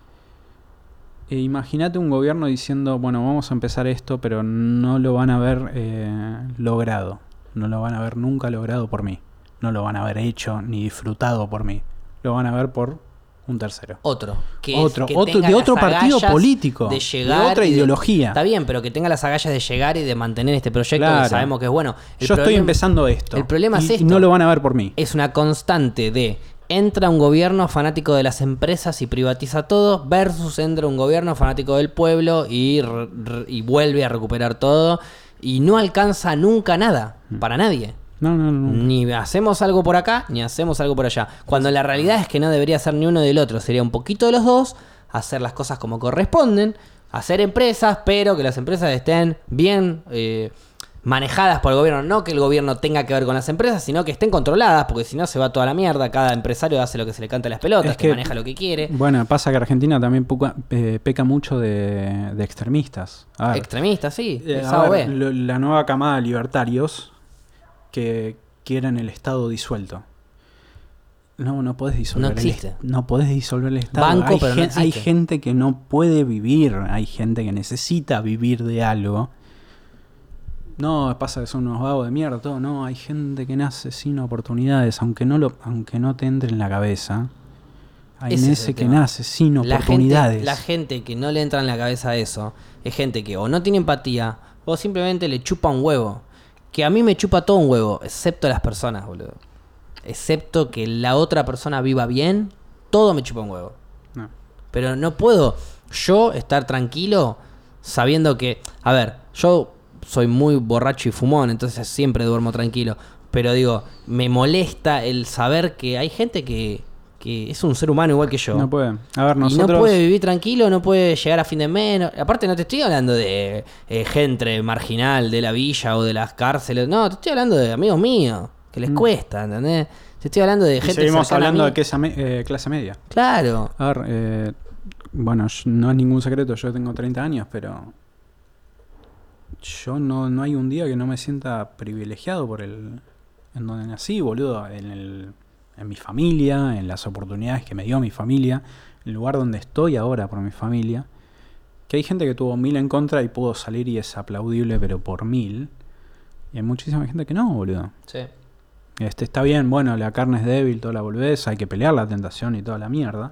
E imagínate un gobierno diciendo, bueno, vamos a empezar esto, pero no lo van a ver eh, logrado. No lo van a ver nunca logrado por mí. No lo van a ver hecho ni disfrutado por mí. Lo van a ver por un tercero. Otro. Que Otro, es, que otro tenga de las otro partido agallas político. De llegar. de otra y de- ideología. Está bien, pero que tenga las agallas de llegar y de mantener este proyecto Claro. que sabemos que es bueno. El Yo estoy problema- empezando esto. el problema y, es y esto. no lo van a ver por mí. Es una constante de entra un gobierno fanático de las empresas y privatiza todo versus entra un gobierno fanático del pueblo y, re- re- y vuelve a recuperar todo y no alcanza nunca nada para nadie. No, no, no. Ni hacemos algo por acá, ni hacemos algo por allá. Cuando la realidad es que no debería ser ni uno del otro. Sería un poquito de los dos, hacer las cosas como corresponden, hacer empresas, pero que las empresas estén bien eh, manejadas por el gobierno. No que el gobierno tenga que ver con las empresas, sino que estén controladas, porque si no se va toda la mierda. Cada empresario hace lo que se le canta a las pelotas, Es que, que- maneja lo que quiere. Bueno, pasa que Argentina también puca- eh, peca mucho de, de extremistas. A ver, Extremistas, sí. eh, es a A o ver, B. lo- la nueva camada de libertarios que quieren el Estado disuelto. No, no podés disolver No existe. el est- No podés disolver el Estado. Banco, hay, pero no gen- hay existe. gente que no puede vivir, hay gente que necesita vivir de algo. No, pasa que son unos vagos de mierda, todo. No, hay gente que nace sin oportunidades, aunque no lo, aunque no te entre en la cabeza. Hay Ese es el ese que tema. nace sin La gente, oportunidades. la gente que no le entra en la cabeza eso es gente que o no tiene empatía o simplemente le chupa un huevo. Que a mí me chupa todo un huevo, excepto las personas, boludo. Excepto que la otra persona viva bien, todo me chupa un huevo. No. Pero no puedo yo estar tranquilo sabiendo que... A ver, yo soy muy borracho y fumón, entonces siempre duermo tranquilo. Pero digo, me molesta el saber que hay gente que, que es un ser humano igual que yo. No puede. A ver, Y nosotros. no puede vivir tranquilo, no puede llegar a fin de mes. no- Aparte, no te estoy hablando de eh, gente marginal de la villa o de las cárceles. No, te estoy hablando de amigos míos, que les Mm. cuesta, ¿entendés? Te estoy hablando de y gente seguimos cercana a hablando mí. de que esa me- eh, clase media. Claro. A ver, eh, bueno, yo- no es ningún secreto, yo tengo treinta años, pero yo no, no hay un día que no me sienta privilegiado por el en donde nací, boludo, en, el, en mi familia, en las oportunidades que me dio mi familia, el lugar donde estoy ahora por mi familia, que hay gente que tuvo mil en contra y pudo salir y es aplaudible, pero por mil, y hay muchísima gente que no, boludo. Sí. Este, está bien, bueno, la carne es débil, toda la boludez, hay que pelear la tentación y toda la mierda.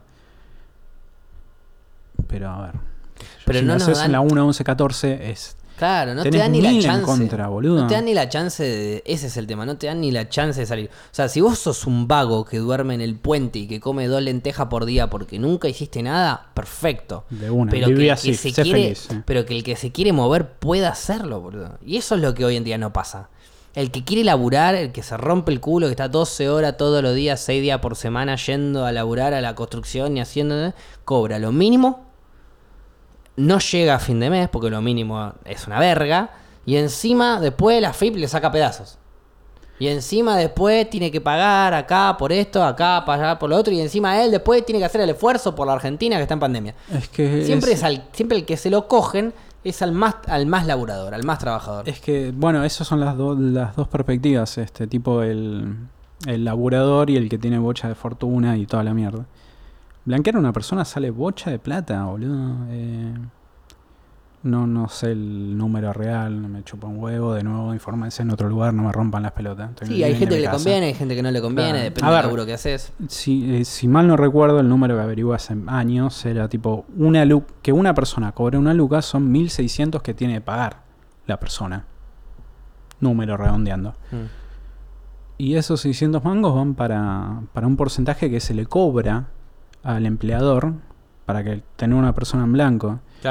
Pero a ver. qué sé yo, Pero si no nos nacés dan- en la uno, once, catorce es... Claro, no te Tenés dan ni la mil en chance. contra, boludo. No te dan ni la chance de. Ese es el tema, no te dan ni la chance de salir. O sea, si vos sos un vago que duerme en el puente y que come dos lentejas por día porque nunca hiciste nada, perfecto. De una, Pero viví que, el así, que se sé quiere, feliz, sí. pero que el que se quiere mover pueda hacerlo, boludo. Y eso es lo que hoy en día no pasa. El que quiere laburar, el que se rompe el culo, que está doce horas todos los días, seis días por semana yendo a laburar a la construcción y haciendo, cobra lo mínimo, no llega a fin de mes porque lo mínimo es una verga, y encima después la F I P le saca pedazos. Y encima después tiene que pagar acá por esto, acá pagar por lo otro, y encima él después tiene que hacer el esfuerzo por la Argentina que está en pandemia. Es que Siempre, es, es al, siempre el que se lo cogen es al más, al más laburador, al más trabajador. es que, bueno, esas son las, dos las dos perspectivas. Este tipo, el, el laburador y el que tiene bocha de fortuna y toda la mierda. Blanquear a una persona sale bocha de plata, boludo. Eh, no, no sé el número real, no me chupa un huevo. De nuevo, infórmense en otro lugar, no me rompan las pelotas. Estoy en Sí, el hay living gente de que mi le casa. conviene, hay gente que no le conviene, Claro. depende A del ver. laburo que haces. Si, eh, si mal no recuerdo, el número que averigué hace años era tipo una lu que una persona cobre una luca son mil seiscientos que tiene que pagar la persona. Número redondeando. Mm. Y esos seiscientos mangos van para, para un porcentaje que se le cobra al empleador para que tener una persona en blanco. Claro.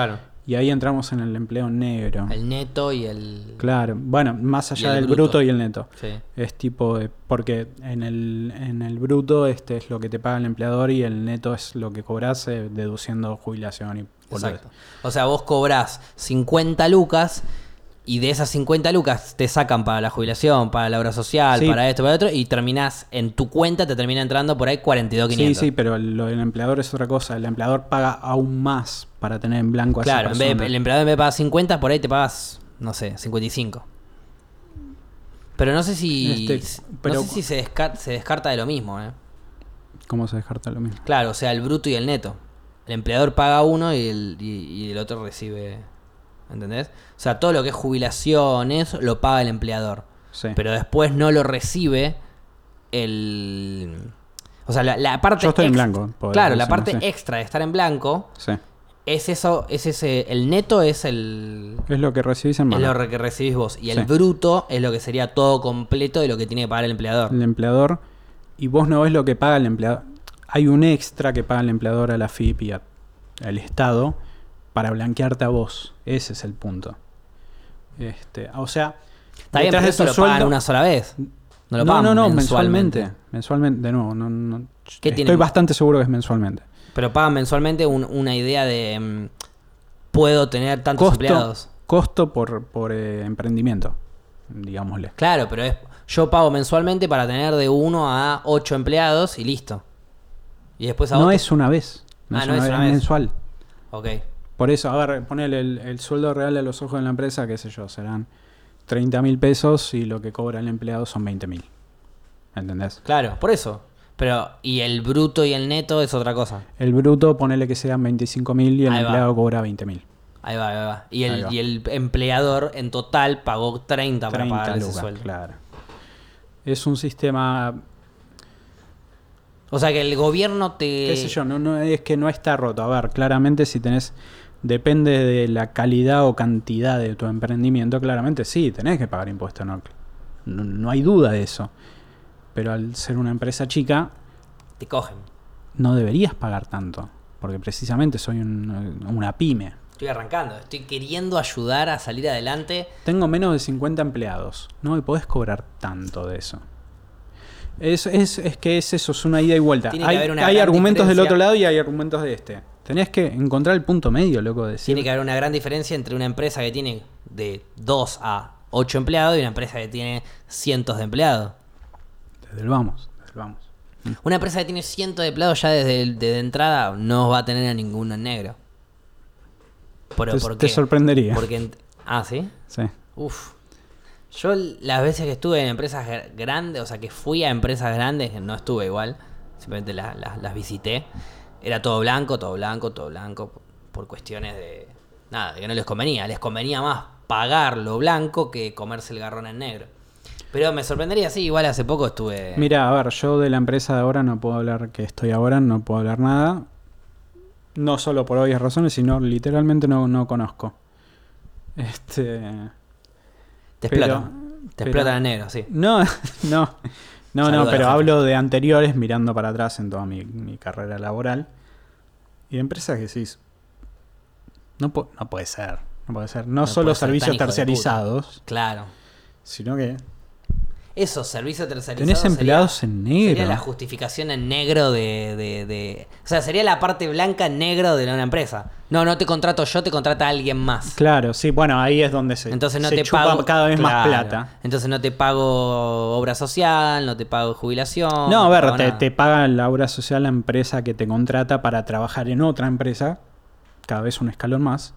Y ahí entramos en el empleo negro. El neto y el... Claro, bueno, más allá el del bruto. bruto y el neto. Sí. Es tipo, de- porque en el, en el bruto este es lo que te paga el empleador y el neto es lo que cobras eh, deduciendo jubilación y boludez. Exacto. O sea, vos cobrás cincuenta lucas y de esas cincuenta lucas te sacan para la jubilación, para la obra social, Sí. para esto, para otro, y terminás en tu cuenta, te termina entrando por ahí cuarenta y dos mil Sí, quinientos. sí, pero lo del empleador es otra cosa. El empleador paga aún más para tener en blanco a Claro, esa en vez persona. de- el empleador en vez de pagar cincuenta, por ahí te pagas, no sé, cincuenta y cinco. Pero no sé si. Este, pero- no sé si se, descar- se descarta de lo mismo, ¿eh? ¿Cómo se descarta lo mismo? Claro, o sea, el bruto y el neto. El empleador paga uno y el, y, y el otro recibe. ¿Entendés? O sea, todo lo que es jubilaciones lo paga el empleador. Sí. Pero después no lo recibe el. O sea, la, la parte. Yo estoy en ex- blanco, podés Claro, la decirlo, parte sí. extra de estar en blanco Sí. es eso, es ese. El neto es el. Es lo que recibís en Es mano. lo que recibís vos. Y el Sí. bruto es lo que sería todo completo de lo que tiene que pagar el empleador. El empleador. Y vos no ves lo que paga el empleador. Hay un extra que paga el empleador a la F I P y a- al Estado para blanquearte a vos. Ese es el punto. Este, o sea, Está bien, detrás pero de eso tu lo pagan sueldo- una sola vez. No lo No, pagan no, no, mensualmente. mensualmente. Mensualmente, de nuevo. No, no, ¿Qué estoy tienen? bastante seguro que es mensualmente. Pero pagan mensualmente un- una idea de. mm, puedo tener tantos Costo, empleados. costo por, por eh, emprendimiento, digámosle. Claro, pero es. Yo pago mensualmente para tener de uno a ocho empleados y listo. Y después a No otro- es una vez. No Ah, es no una es vez, una es vez. mensual. Ok. Por eso, a ver, ponele el, el sueldo real a los ojos de la empresa, qué sé yo, serán treinta mil pesos y lo que cobra el empleado son veinte mil. ¿Entendés? Claro, por eso. Pero. Y el bruto y el neto es otra cosa. El bruto, ponele que sean veinticinco mil y el Ahí va. empleado cobra veinte mil. Ahí va, ahí va. Y Ahí el, va. y el empleador en total pagó treinta para treinta pagar ese lucas, sueldo. claro. Es un sistema, O sea que el gobierno te. qué sé yo, no, no es que no está roto. A ver, claramente si tenés, depende de la calidad o cantidad de tu emprendimiento, claramente sí, tenés que pagar impuestos, no, no, no hay duda de eso. Pero al ser una empresa chica, Te cogen. no deberías pagar tanto, porque precisamente soy un- una pyme. Estoy arrancando. Estoy queriendo ayudar a salir adelante. Tengo menos de cincuenta empleados, no me podés cobrar tanto de eso. Es, es, es que es eso, es una ida y vuelta. Tiene que Hay, haber una hay gran argumentos del diferencia. otro lado y hay argumentos de este. Tenés que encontrar el punto medio, loco, de decir. Tiene que haber una gran diferencia entre una empresa que tiene de dos a ocho empleados y una empresa que tiene cientos de empleados. Desde el vamos, desde el vamos. Una empresa que tiene cientos de empleados ya desde, desde entrada no va a tener a ninguno en negro. Pero, Te, ¿por te qué? sorprendería. Porque en- ah, ¿sí? Sí. Uf. Yo las veces que estuve en empresas gr- grandes, o sea, que fui a empresas grandes, que no estuve igual, simplemente la- la- las visité, era todo blanco, todo blanco, todo blanco, por, por cuestiones de... Nada, de que no les convenía. Les convenía más pagar lo blanco que comerse el garrón en negro. Pero me sorprendería, sí, igual hace poco estuve... Mira, a ver, yo de la empresa de ahora no puedo hablar que estoy ahora, no puedo hablar nada. No solo por obvias razones, sino literalmente no, no conozco. Este. Te pero- explotan. Te pero- explotan en negro, sí. No, no. No, Saludo a no, la pero jefa. hablo de anteriores mirando para atrás en toda mi, mi carrera laboral. Y de empresas que decís. No, pu- no puede ser. No puede ser. No, No solo puede ser servicios tan hijo de puta. terciarizados, Claro. sino que Esos servicios tercerizados. tenés sería- empleados en negro. Sería la justificación en negro de, de, de- O sea, sería la parte blanca en negro de una empresa. No, no te contrato yo, te contrata alguien más. Claro, sí, bueno, ahí es donde se, Entonces no se te chupa pago... cada vez más Claro. plata. Entonces no te pago obra social, no te pago jubilación. No, a ver, pago te, nada. te paga la obra social la empresa que te contrata para trabajar en otra empresa, cada vez un escalón más,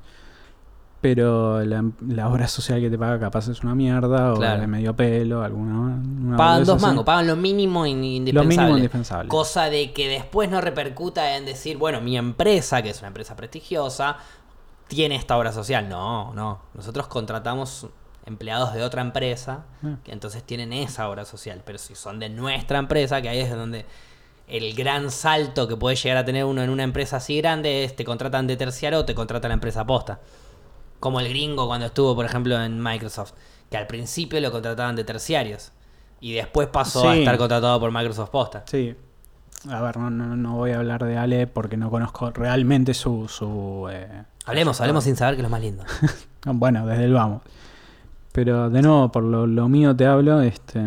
pero la, la obra social que te paga capaz es una mierda o Claro. de medio pelo, alguna... una Pagan boludez dos así. mangos, pagan lo mínimo in- Lo indispensable. mínimo indispensable. Cosa de que después no repercuta en decir, bueno, mi empresa, que es una empresa prestigiosa, tiene esta obra social. No, no. Nosotros contratamos empleados de otra empresa Ah. que entonces tienen esa obra social. Pero si son de nuestra empresa, que ahí es donde el gran salto que puede llegar a tener uno en una empresa así grande es te contratan de terciario o te contrata la empresa posta. Como el gringo cuando estuvo, por ejemplo, en Microsoft, que al principio lo contrataban de terciarios y después pasó a Sí. estar contratado por Microsoft posta. Sí. A ver, no, no, no voy a hablar de Ale porque no conozco realmente su... su eh, Hablemos, hablemos sin saber que es lo más lindo. Bueno, desde el vamos. Pero de nuevo, por lo, lo mío te hablo, este,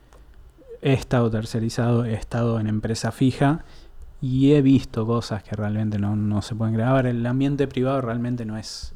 he estado tercerizado, he estado en empresa fija y he visto cosas que realmente no, no se pueden creer. A ver, el ambiente privado realmente no es...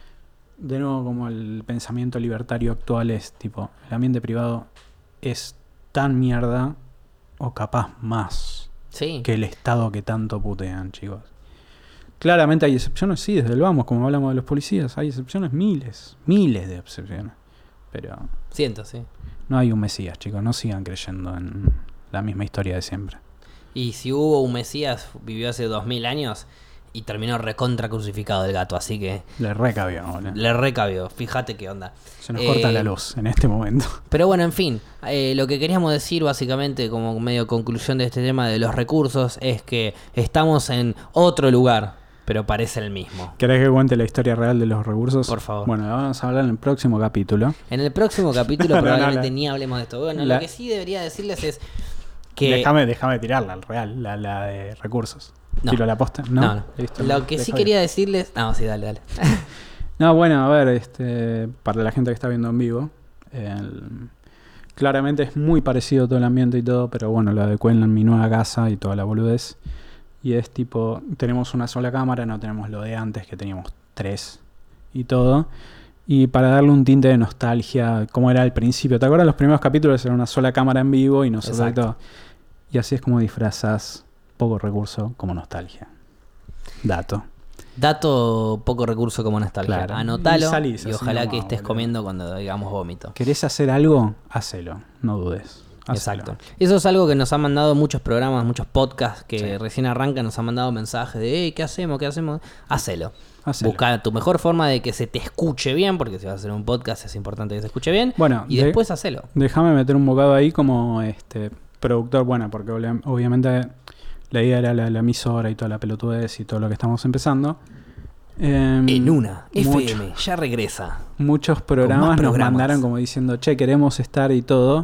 De nuevo, como el pensamiento libertario actual es tipo, el ambiente privado es tan mierda o capaz más Sí. que el Estado que tanto putean, chicos. Claramente hay excepciones, sí, desde el vamos, como hablamos de los policías, hay excepciones, miles, miles de excepciones. Pero Siento, sí. no hay un Mesías, chicos, no sigan creyendo en la misma historia de siempre. Y si hubo un Mesías, vivió hace dos mil años y terminó recontra crucificado el gato, así que Le recabió, boludo. le recabió. Fíjate qué onda. Se nos Eh, corta la luz en este momento. Pero bueno, en fin, eh, lo que queríamos decir básicamente como medio conclusión de este tema de los recursos es que estamos en otro lugar, pero parece el mismo. ¿Querés que cuente la historia real de los recursos? Por favor. Bueno, la vamos a hablar en el próximo capítulo. En el próximo capítulo No, no, probablemente no. ni hablemos de esto. Bueno, La- lo que sí debería decirles es que... Déjame, déjame tirarla, al real, la, la de recursos. No. ¿Tiro la posta? No, No, no. Listo, Lo que sí déjame. quería decirles... No, sí, dale, dale. No, bueno, a ver, este, para la gente que está viendo en vivo, el- claramente es muy parecido todo el ambiente y todo, pero bueno, lo adecué en mi nueva casa y toda la boludez. Y es tipo, tenemos una sola cámara, no tenemos lo de antes que teníamos tres y todo. Y para darle un tinte de nostalgia, como era al principio, ¿te acuerdas? Los primeros capítulos era una sola cámara en vivo y nosotros y Exacto. todo. Y así es como disfrazas poco recurso como nostalgia. Dato. Dato poco recurso como nostalgia. Claro. Anotalo Y y, salís así ojalá nomás, que estés boludo. comiendo cuando digamos vómito. ¿Querés hacer algo? Hacelo, no dudes. Hacelo. Exacto. Eso es algo que nos han mandado muchos programas, muchos podcasts que Sí. recién recién arrancan, nos han mandado mensajes de, hey, ¿qué hacemos? ¿Qué hacemos? Hacelo. Hacelo. Busca tu mejor forma de que se te escuche bien, porque si vas a hacer un podcast es importante que se escuche bien. Bueno, y de- después hacelo. Déjame meter un bocado ahí como este productor, bueno, porque obvia- obviamente la idea era la, la emisora y toda la pelotudez y todo lo que estamos empezando. Eh, En una, mucho- F M, ya regresa. muchos programas, más nos programas. mandaron como diciendo, che, queremos estar y todo,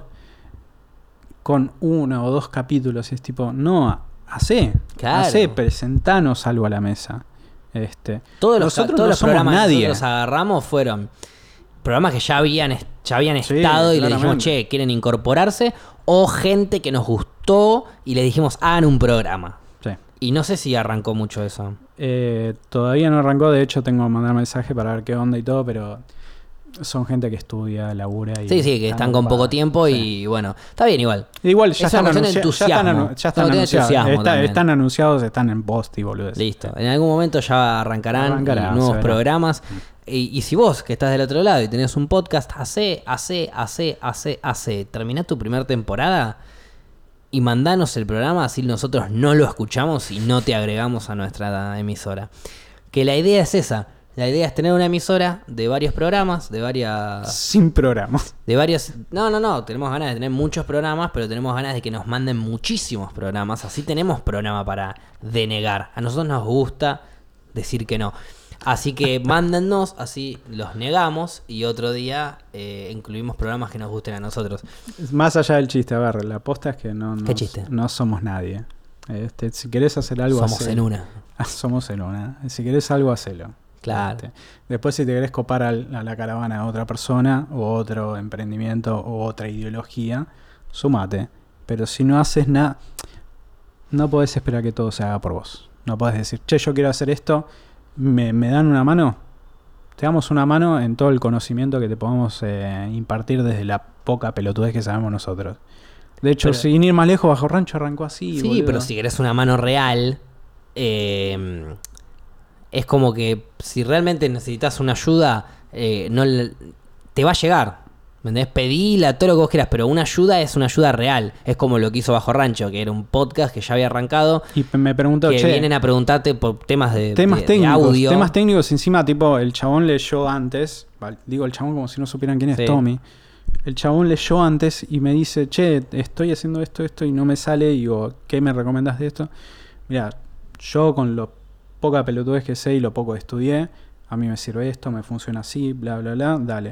con uno o dos capítulos. Y es tipo, no, hacé, Claro. hacé, presentanos algo a la mesa. Este, Todos los, nosotros todos no los somos programas nadie. que nosotros agarramos fueron programas que ya habían, est- ya habían Sí, estado y le dijimos, claramente. che, quieren incorporarse, o gente que nos gustó y le dijimos, hagan un programa. Sí. Y no sé si arrancó mucho eso. Eh, todavía no arrancó, de hecho tengo que mandar mensaje para ver qué onda y todo, pero son gente que estudia, labura y... Sí, sí, que están con poco ocupadas. tiempo Sí. y bueno, está bien igual. Igual ya Es una están, cuestión de anuncia- ya están, entusiasmo. anu- ya están No, tiene anunciados. entusiasmo Está- también. están anunciados, están en post y boludeces. Listo. En algún momento ya arrancarán Arrancará, y nuevos se verá. programas. Y, y si vos, que estás del otro lado y tenés un podcast, hacé, hacé, hacé, hacé, hacé. Terminá tu primera temporada y mandanos el programa, así nosotros no lo escuchamos y no te agregamos a nuestra emisora. Que la idea es esa. La idea es tener una emisora de varios programas, de varias... Sin programas. De varios... No, no, no. Tenemos ganas de tener muchos programas, pero tenemos ganas de que nos manden muchísimos programas. Así tenemos programa para denegar. A nosotros nos gusta decir que no. Así que mándennos, así los negamos y otro día eh, incluimos programas que nos gusten a nosotros. Más allá del chiste, a ver, la posta es que no, ¿Qué nos- chiste? no somos nadie. Este, si querés hacer algo, Somos hacelo. en una. Ah, somos en una. Si querés algo, hacelo. Claro. Este, después, si te querés copar al- a la caravana a otra persona, o otro emprendimiento, o otra ideología, sumate. Pero si no haces nada, no podés esperar que todo se haga por vos. No podés decir, che, yo quiero hacer esto, ¿me, me dan una mano? Te damos una mano en todo el conocimiento que te podamos eh, impartir desde la poca pelotudez que sabemos nosotros. De hecho, Pero- sin ir más lejos, Bajo Rancho arrancó así. Sí, boludo. pero si querés una mano real, eh, es como que si realmente necesitas una ayuda, eh, no le- te va a llegar. ¿Me entendés? Pedila, todo lo que vos quieras, pero una ayuda es una ayuda real. Es como lo que hizo Bajo Rancho, que era un podcast que ya había arrancado, Y me preguntó, que che, vienen a preguntarte por temas de, temas de- de técnicos, audio. temas técnicos encima, tipo, el chabón leyó antes, val- digo el chabón como si no supieran quién es Sí. Tommy. El chabón leyó antes y me dice, che, estoy haciendo esto, esto y no me sale. Y digo, ¿qué me recomendás de esto? Mira, yo con lo poca pelotudez que sé y lo poco que estudié, a mí me sirve esto, me funciona así, bla, bla, bla, dale.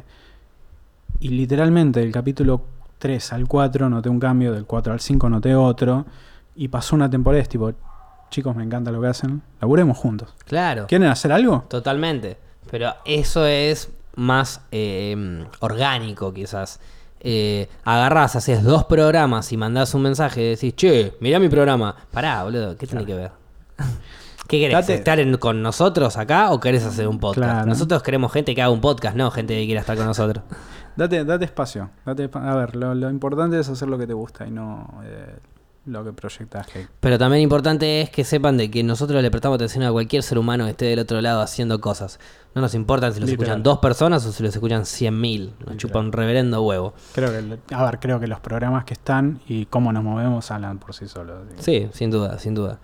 Y literalmente del capítulo tres al cuatro noté un cambio, del cuatro al cinco noté otro, y pasó una temporada, es tipo, chicos, me encanta lo que hacen, laburemos juntos. Claro. ¿Quieren hacer algo? Totalmente. Pero eso es más eh, orgánico, quizás. Eh, agarrás, haces dos programas y mandás un mensaje y decís, che, mirá mi programa. Pará, boludo, ¿qué tiene que ver? ¿Qué querés? Date- ¿Estar en- con nosotros acá o querés hacer un podcast? Claro. Nosotros queremos gente que haga un podcast, no gente que quiera estar con nosotros. Date, date espacio. Date, espa- a ver, lo, lo importante es hacer lo que te gusta y no eh, lo que proyectas. Que... Pero también importante es que sepan de que nosotros le prestamos atención a cualquier ser humano que esté del otro lado haciendo cosas. No nos importa si los Literal. escuchan dos personas o si los escuchan cien mil. Nos Literal. chupa un reverendo huevo. Creo que, a ver, creo que los programas que están y cómo nos movemos hablan por sí solos. Digo. Sí, sin duda, sin duda.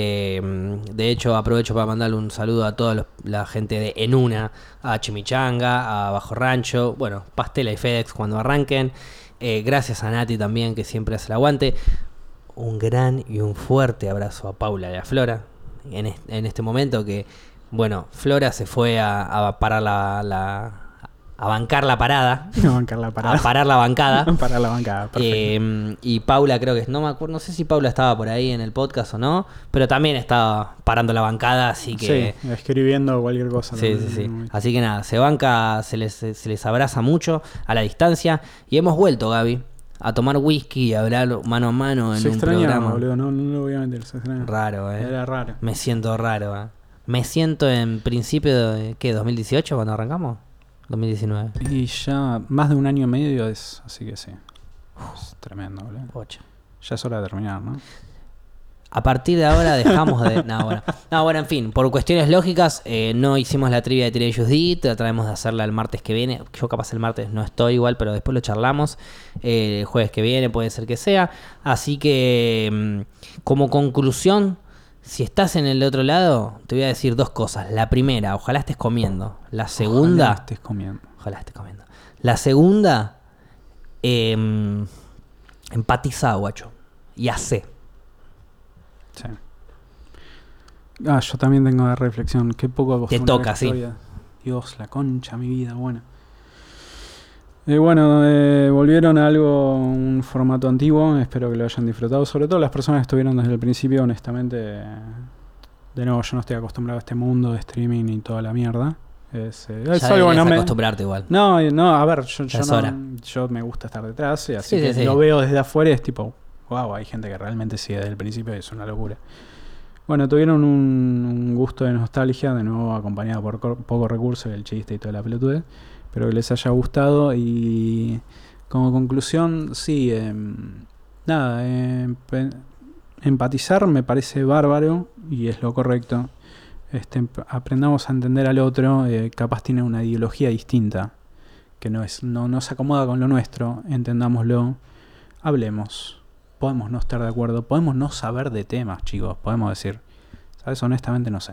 Eh, de hecho, aprovecho para mandarle un saludo a toda los- la gente de Enuna, a Chimichanga, a Bajo Rancho, bueno, Pastela y FedEx cuando arranquen. Eh, gracias a Nati también, que siempre hace el aguante. Un gran y un fuerte abrazo a Paula y a Flora en, es- en este momento que, bueno, Flora se fue a, a parar la, la- a bancar la parada, No bancar la a parada. parar la bancada. Para la bancada, perfecto. Eh, y Paula creo que no me acuerdo, no sé si Paula estaba por ahí en el podcast o no, pero también estaba parando la bancada, así que Sí, escribiendo cualquier cosa. sí, también. sí, sí. Así que nada, se banca, se les, se les abraza mucho a la distancia y hemos vuelto, Gaby, a tomar whisky y a hablar mano a mano en Se un extrañaba, programa boludo, no, no lo voy a meter, se extrañaba. raro, eh. Era raro. Me siento raro, eh. Me siento en principio de ¿qué? ¿dos mil dieciocho cuando arrancamos? dos mil diecinueve. Y ya más de un año y medio es, así que sí. Es tremendo, boludo. Ocho. Ya es hora de terminar, ¿no? A partir de ahora dejamos de... No, bueno. No, bueno, en fin, por cuestiones lógicas, eh, no hicimos la trivia de Tenacious D, trataremos de hacerla el martes que viene. Yo capaz el martes no estoy igual, pero después lo charlamos. Eh, el jueves que viene puede ser que sea. Así que, mm, como conclusión, si estás en el otro lado, te voy a decir dos cosas. La primera, ojalá estés comiendo. La segunda... Ojalá estés comiendo. Ojalá estés comiendo. La segunda, eh, empatiza, guacho. Y hacé. Sí. Ah, yo también tengo de reflexión. Qué poco acostumbrado toca, estoy sí. a- Dios, la concha, mi vida, bueno. Eh, bueno, eh, volvieron a algo, un formato antiguo. Espero que lo hayan disfrutado. Sobre todo las personas que estuvieron desde el principio, honestamente. eh, De nuevo, yo no estoy acostumbrado a este mundo de streaming y toda la mierda. Es, eh, es Ya algo que deberías no me... acostumbrarte igual. No, eh, no, a ver, yo, yo, Es no- hora. yo me gusta estar detrás, y así Sí, que sí, sí. lo veo desde afuera y es tipo, wow, hay gente que realmente sigue desde el principio y es una locura. Bueno, tuvieron un, un gusto de nostalgia, de nuevo acompañado por cor- poco recurso, el chiste y toda la pelotudez, pero que les haya gustado y como conclusión, sí, eh, nada, eh, pe- empatizar me parece bárbaro y es lo correcto. Este, emp- aprendamos a entender al otro, eh, capaz tiene una ideología distinta, que no es no, no se acomoda con lo nuestro, entendámoslo, hablemos, podemos no estar de acuerdo, podemos no saber de temas, chicos, podemos decir, ¿sabes? Honestamente no sé.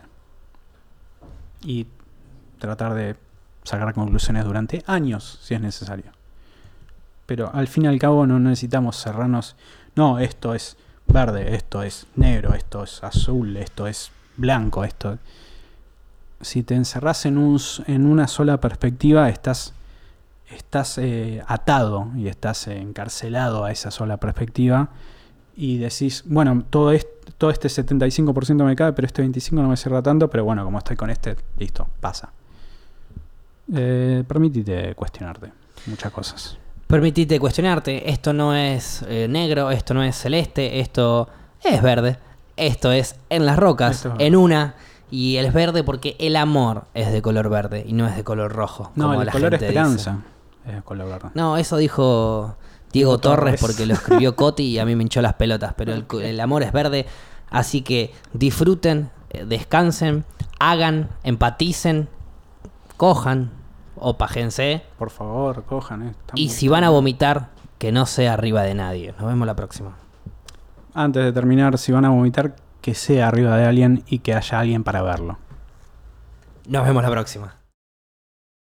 Y tratar de sacar conclusiones durante años, si es necesario. Pero al fin y al cabo no necesitamos cerrarnos, no, esto es verde, esto es negro, esto es azul, esto es blanco, esto. Si te encerrás en, un, s- en una sola perspectiva, estás, estás eh, atado y estás eh, encarcelado a esa sola perspectiva y decís, bueno, todo, est- todo este setenta y cinco por ciento me cabe, pero este veinticinco por ciento no me cierra tanto, pero bueno, como estoy con este, listo, pasa. Eh, permitite cuestionarte muchas cosas. Permitite cuestionarte. Esto no es eh, negro, esto no es celeste, esto es verde. Esto es en las rocas, Esto es en una. Y es verde porque el amor es de color verde y no es de color rojo. No, como el la color gente esperanza dice. es color verde. No, eso dijo Diego Diego Torres Torres. porque lo escribió Coti y a mí me hinchó las pelotas. Pero el, co- el amor es verde. Así que disfruten, eh, descansen, hagan, empaticen, cojan o pájense. Por favor, cojan. Eh. Estamos- Y si van a vomitar, que no sea arriba de nadie. Nos vemos la próxima. Antes de terminar, si van a vomitar, que sea arriba de alguien y que haya alguien para verlo. Nos vemos la próxima.